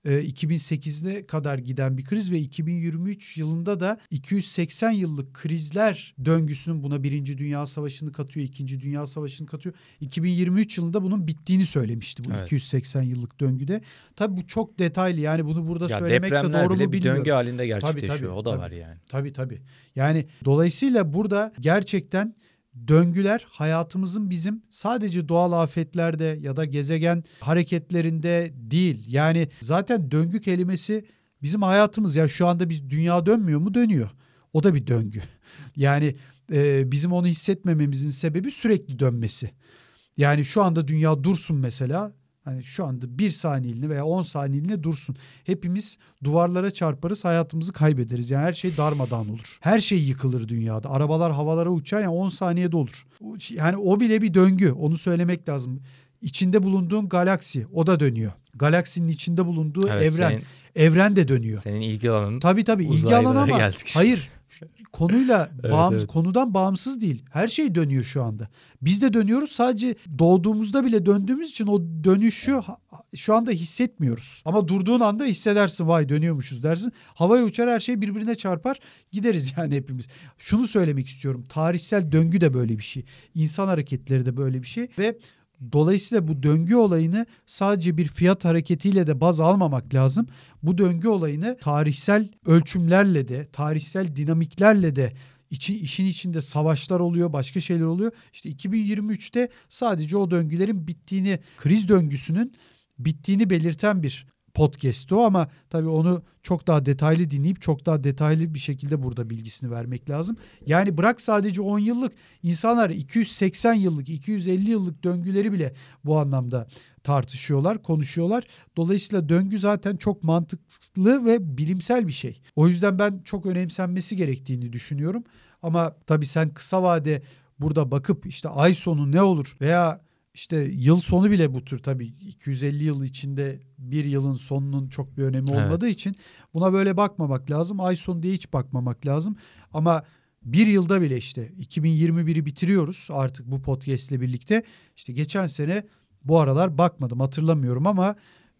2008'e kadar giden bir kriz ve 2023 yılında da 280 yıllık krizler döngüsünün, buna Birinci Dünya Savaşı'nı katıyor, İkinci Dünya Savaşı'nı katıyor. 2023 yılında bunun bittiğini söylemişti bu 280 yıllık döngüde. Tabii bu çok detaylı, yani bunu burada söylemek de doğru mu bilmiyorum. Depremler bile bir döngü halinde gerçekleşiyor. Tabii, o da var yani. Tabii. Yani dolayısıyla burada gerçekten döngüler hayatımızın bizim sadece doğal afetlerde ya da gezegen hareketlerinde değil. Yani zaten döngü kelimesi bizim hayatımız. Ya şu anda biz, dünya dönmüyor mu? Dönüyor. O da bir döngü. Yani bizim onu hissetmememizin sebebi sürekli dönmesi. Yani şu anda dünya dursun mesela. Hani şu anda 1 saniyeliğine veya 10 saniyeliğine dursun. Hepimiz duvarlara çarparız, hayatımızı kaybederiz. Yani her şey darmadağın olur. Her şey yıkılır dünyada. Arabalar havalara uçar, yani 10 saniyede olur. Yani o bile bir döngü. Onu söylemek lazım. İçinde bulunduğun galaksi, o da dönüyor. Galaksinin içinde bulunduğu evren. Evren de dönüyor. Senin ilgi alanın. Tabii ilgi alanı ama geldik. Hayır. Konuyla konudan bağımsız değil. Her şey dönüyor şu anda. Biz de dönüyoruz. Sadece doğduğumuzda bile döndüğümüz için o dönüşü şu anda hissetmiyoruz. Ama durduğun anda hissedersin. Vay, dönüyormuşuz dersin. Havaya uçar, her şey birbirine çarpar. Gideriz yani hepimiz. Şunu söylemek istiyorum. Tarihsel döngü de böyle bir şey. İnsan hareketleri de böyle bir şey ve dolayısıyla bu döngü olayını sadece bir fiyat hareketiyle de baz almamak lazım. Bu döngü olayını tarihsel ölçümlerle de, tarihsel dinamiklerle de, işin içinde savaşlar oluyor, başka şeyler oluyor. İşte 2023'te sadece o döngülerin bittiğini, kriz döngüsünün bittiğini belirten bir podcast o, ama tabii onu çok daha detaylı dinleyip çok daha detaylı bir şekilde burada bilgisini vermek lazım. Yani bırak sadece 10 yıllık, insanlar 280 yıllık, 250 yıllık döngüleri bile bu anlamda tartışıyorlar, konuşuyorlar. Dolayısıyla döngü zaten çok mantıklı ve bilimsel bir şey. O yüzden ben çok önemsenmesi gerektiğini düşünüyorum. Ama tabii sen kısa vade burada bakıp işte ay sonu ne olur veya İşte yıl sonu bile bu tür, tabii 250 yıl içinde bir yılın sonunun çok bir önemi olmadığı için buna böyle bakmamak lazım. Ay sonu diye hiç bakmamak lazım. Ama bir yılda bile işte 2021'i bitiriyoruz artık bu podcast ile birlikte. İşte geçen sene bu aralar bakmadım, hatırlamıyorum ama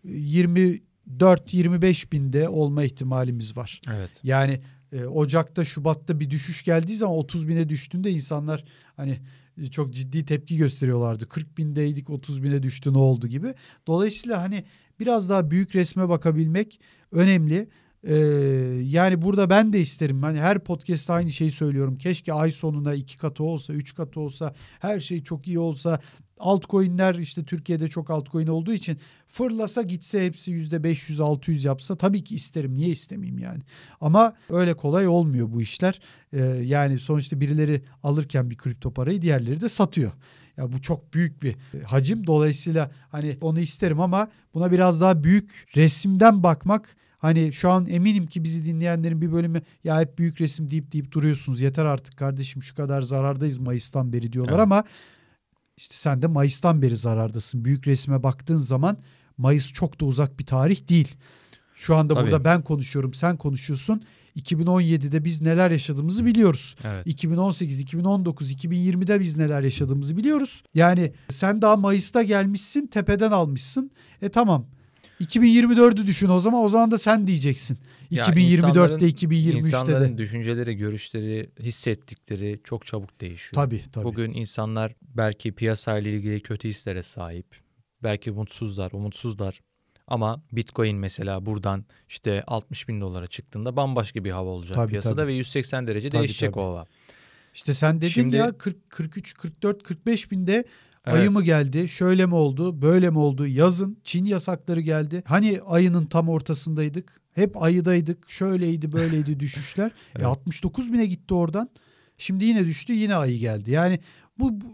24-25 binde olma ihtimalimiz var. Evet. Yani Ocak'ta, Şubat'ta bir düşüş geldiği zaman 30 bine düştüğünde insanlar hani çok ciddi tepki gösteriyorlardı. 40 bindeydik, 30 bine düştü, ne oldu gibi. Dolayısıyla hani biraz daha büyük resme bakabilmek önemli. Yani burada ben de isterim. Hani her podcast'ta aynı şeyi söylüyorum. Keşke ay sonuna 2 katı olsa, 3 katı olsa, her şey çok iyi olsa. Altcoin'ler, işte Türkiye'de çok altcoin olduğu için fırlasa gitse, hepsi %500-600 yapsa tabii ki isterim. Niye istemeyeyim yani? Ama öyle kolay olmuyor bu işler. Yani sonuçta birileri alırken bir kripto parayı, diğerleri de satıyor. Ya bu çok büyük bir hacim. Dolayısıyla hani onu isterim ama buna biraz daha büyük resimden bakmak. Hani şu an eminim ki bizi dinleyenlerin bir bölümü ya hep büyük resim deyip duruyorsunuz. Yeter artık kardeşim, şu kadar zarardayız Mayıs'tan beri diyorlar, evet. Ama işte sen de Mayıs'tan beri zarardasın. Büyük resme baktığın zaman Mayıs çok da uzak bir tarih değil. Şu anda tabii. Burada ben konuşuyorum, sen konuşuyorsun. 2017'de biz neler yaşadığımızı biliyoruz. Evet. 2018, 2019, 2020'de biz neler yaşadığımızı biliyoruz. Yani sen daha Mayıs'ta gelmişsin, tepeden almışsın. Tamam. 2024'ü düşün o zaman. O zaman da sen diyeceksin. 2024'te, 2023'te İnsanların düşünceleri, görüşleri, hissettikleri çok çabuk değişiyor. Tabii. Bugün insanlar belki piyasayla ilgili kötü hislere sahip. Belki mutsuzlar, umutsuzlar. Ama Bitcoin mesela buradan işte 60 bin dolara çıktığında bambaşka bir hava olacak piyasada ve 180 derece değişecek o hava. İşte sen dedin şimdi, ya 40, 43, 44, 45 binde ayı mı geldi, şöyle mi oldu, böyle mi oldu? Yazın Çin yasakları geldi. Hani ayının tam ortasındaydık. Hep ayıdaydık. Şöyleydi, böyleydi düşüşler. Evet. 69 bine gitti oradan. Şimdi yine düştü, yine ayı geldi. Yani bu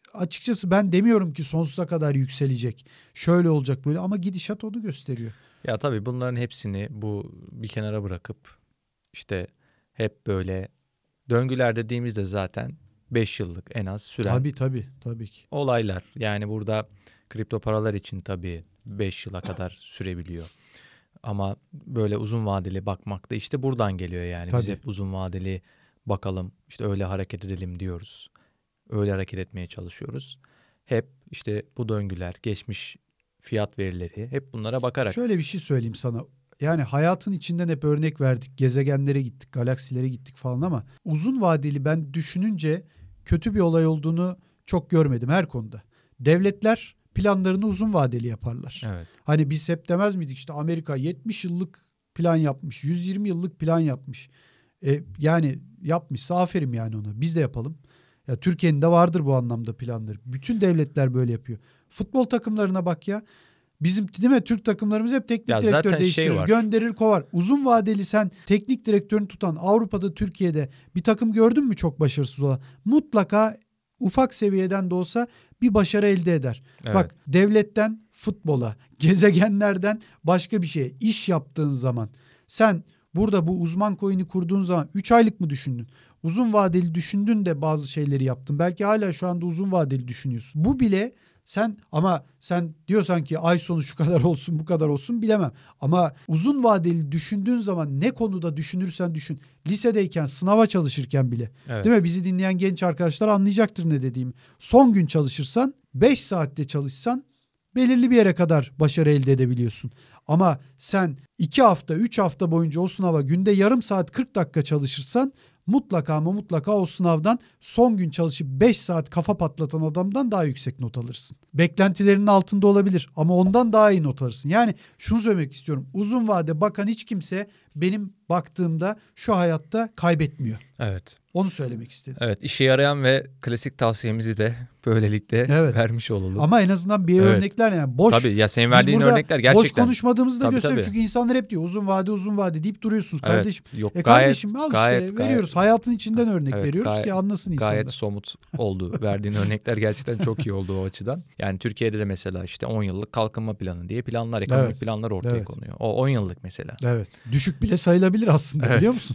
açıkçası ben demiyorum ki sonsuza kadar yükselecek. Şöyle olacak böyle ama gidişat onu gösteriyor. Ya tabii bunların hepsini bir kenara bırakıp işte hep böyle döngüler dediğimizde zaten 5 yıllık en az süren Tabii ki. olaylar. Yani burada kripto paralar için tabii 5 yıla kadar sürebiliyor. Ama böyle uzun vadeli bakmak da işte buradan geliyor yani. Tabii. Biz hep uzun vadeli bakalım, işte öyle hareket edelim diyoruz. Öyle hareket etmeye çalışıyoruz. Hep işte bu döngüler, geçmiş fiyat verileri, hep bunlara bakarak. Şöyle bir şey söyleyeyim sana. Yani hayatın içinden hep örnek verdik. Gezegenlere gittik, galaksilere gittik falan ama uzun vadeli ben düşününce kötü bir olay olduğunu çok görmedim her konuda. Devletler planlarını uzun vadeli yaparlar. Evet. Hani biz hep demez miydik işte Amerika 70 yıllık plan yapmış, 120 yıllık plan yapmış. Yani yapmışsa aferin yani ona. Biz de yapalım. Ya Türkiye'nin de vardır bu anlamda planları. Bütün devletler böyle yapıyor. Futbol takımlarına bak ya. Bizim değil mi Türk takımlarımız hep teknik direktör değiştirir. Gönderir kovar. Uzun vadeli sen teknik direktörünü tutan Avrupa'da, Türkiye'de bir takım gördün mü çok başarısız olan? Mutlaka ufak seviyeden de olsa bir başarı elde eder. Evet. Bak devletten futbola, gezegenlerden başka bir şeye iş yaptığın zaman sen burada bu uzman coin'i kurduğun zaman 3 aylık mı düşündün? Uzun vadeli düşündün de bazı şeyleri yaptın. Belki hala şu anda uzun vadeli düşünüyorsun. Bu bile sen diyorsan ki ay sonu şu kadar olsun bu kadar olsun bilemem. Ama uzun vadeli düşündüğün zaman ne konuda düşünürsen düşün. Lisedeyken sınava çalışırken bile değil mi? Bizi dinleyen genç arkadaşlar anlayacaktır ne dediğimi. Son gün çalışırsan 5 saatte çalışsan belirli bir yere kadar başarı elde edebiliyorsun. Ama sen 2 hafta 3 hafta boyunca o sınava günde yarım saat 40 dakika çalışırsan mutlaka ama mutlaka o sınavdan son gün çalışıp 5 saat kafa patlatan adamdan daha yüksek not alırsın. Beklentilerinin altında olabilir ama ondan daha iyi not alırsın. Yani şunu söylemek istiyorum. Uzun vade bakan hiç kimse benim baktığımda şu hayatta kaybetmiyor. Evet. Onu söylemek istedim. Evet, işe yarayan ve klasik tavsiyemizi de böylelikle vermiş olalım. Ama en azından bir örnekler yani boş. Tabii ya senin verdiğin örnekler gerçekten. Boş konuşmadığımızı da gösteriyor. Çünkü insanlar hep diyor uzun vade deyip duruyorsunuz kardeşim. Yok, kardeşim al işte veriyoruz. Hayatın içinden örnek veriyoruz ki anlasın insanlar. Gayet somut oldu. Verdiğin örnekler gerçekten çok iyi oldu o açıdan. Yani Türkiye'de de mesela işte 10 yıllık kalkınma planı diye planlar, ekonomik planlar ortaya konuyor. O 10 yıllık mesela. Evet. Düşük bile sayılabilir aslında biliyor musun?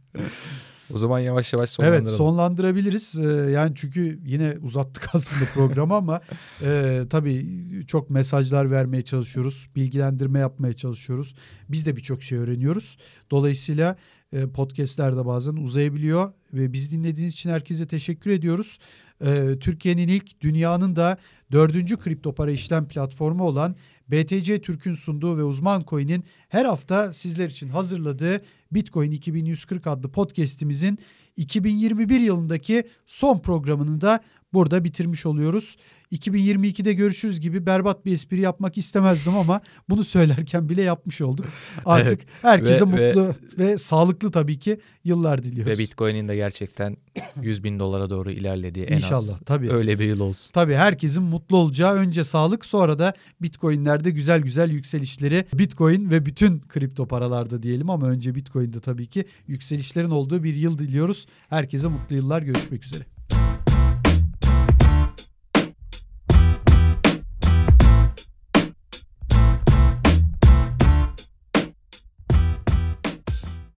O zaman yavaş yavaş sonlandıralım. Evet sonlandırabiliriz. Yani çünkü yine uzattık aslında programı ama tabii çok mesajlar vermeye çalışıyoruz. Bilgilendirme yapmaya çalışıyoruz. Biz de birçok şey öğreniyoruz. Dolayısıyla podcastler de bazen uzayabiliyor. Ve bizi dinlediğiniz için herkese teşekkür ediyoruz. Türkiye'nin ilk dünyanın da 4. kripto para işlem platformu olan BTC Türk'ün sunduğu ve Uzman Coin'in her hafta sizler için hazırladığı Bitcoin 2140 adlı podcast'imizin 2021 yılındaki son programını da burada bitirmiş oluyoruz. 2022'de görüşürüz gibi berbat bir espri yapmak istemezdim ama bunu söylerken bile yapmış olduk. Artık herkese mutlu ve sağlıklı tabii ki yıllar diliyoruz. Ve Bitcoin'in de gerçekten $100.000 doğru ilerlediği İnşallah, en az tabii. Öyle bir yıl olsun. Tabii herkesin mutlu olacağı önce sağlık sonra da Bitcoin'lerde güzel güzel yükselişleri Bitcoin ve bütün kripto paralarda diyelim ama önce Bitcoin'de tabii ki yükselişlerin olduğu bir yıl diliyoruz. Herkese mutlu yıllar, görüşmek üzere.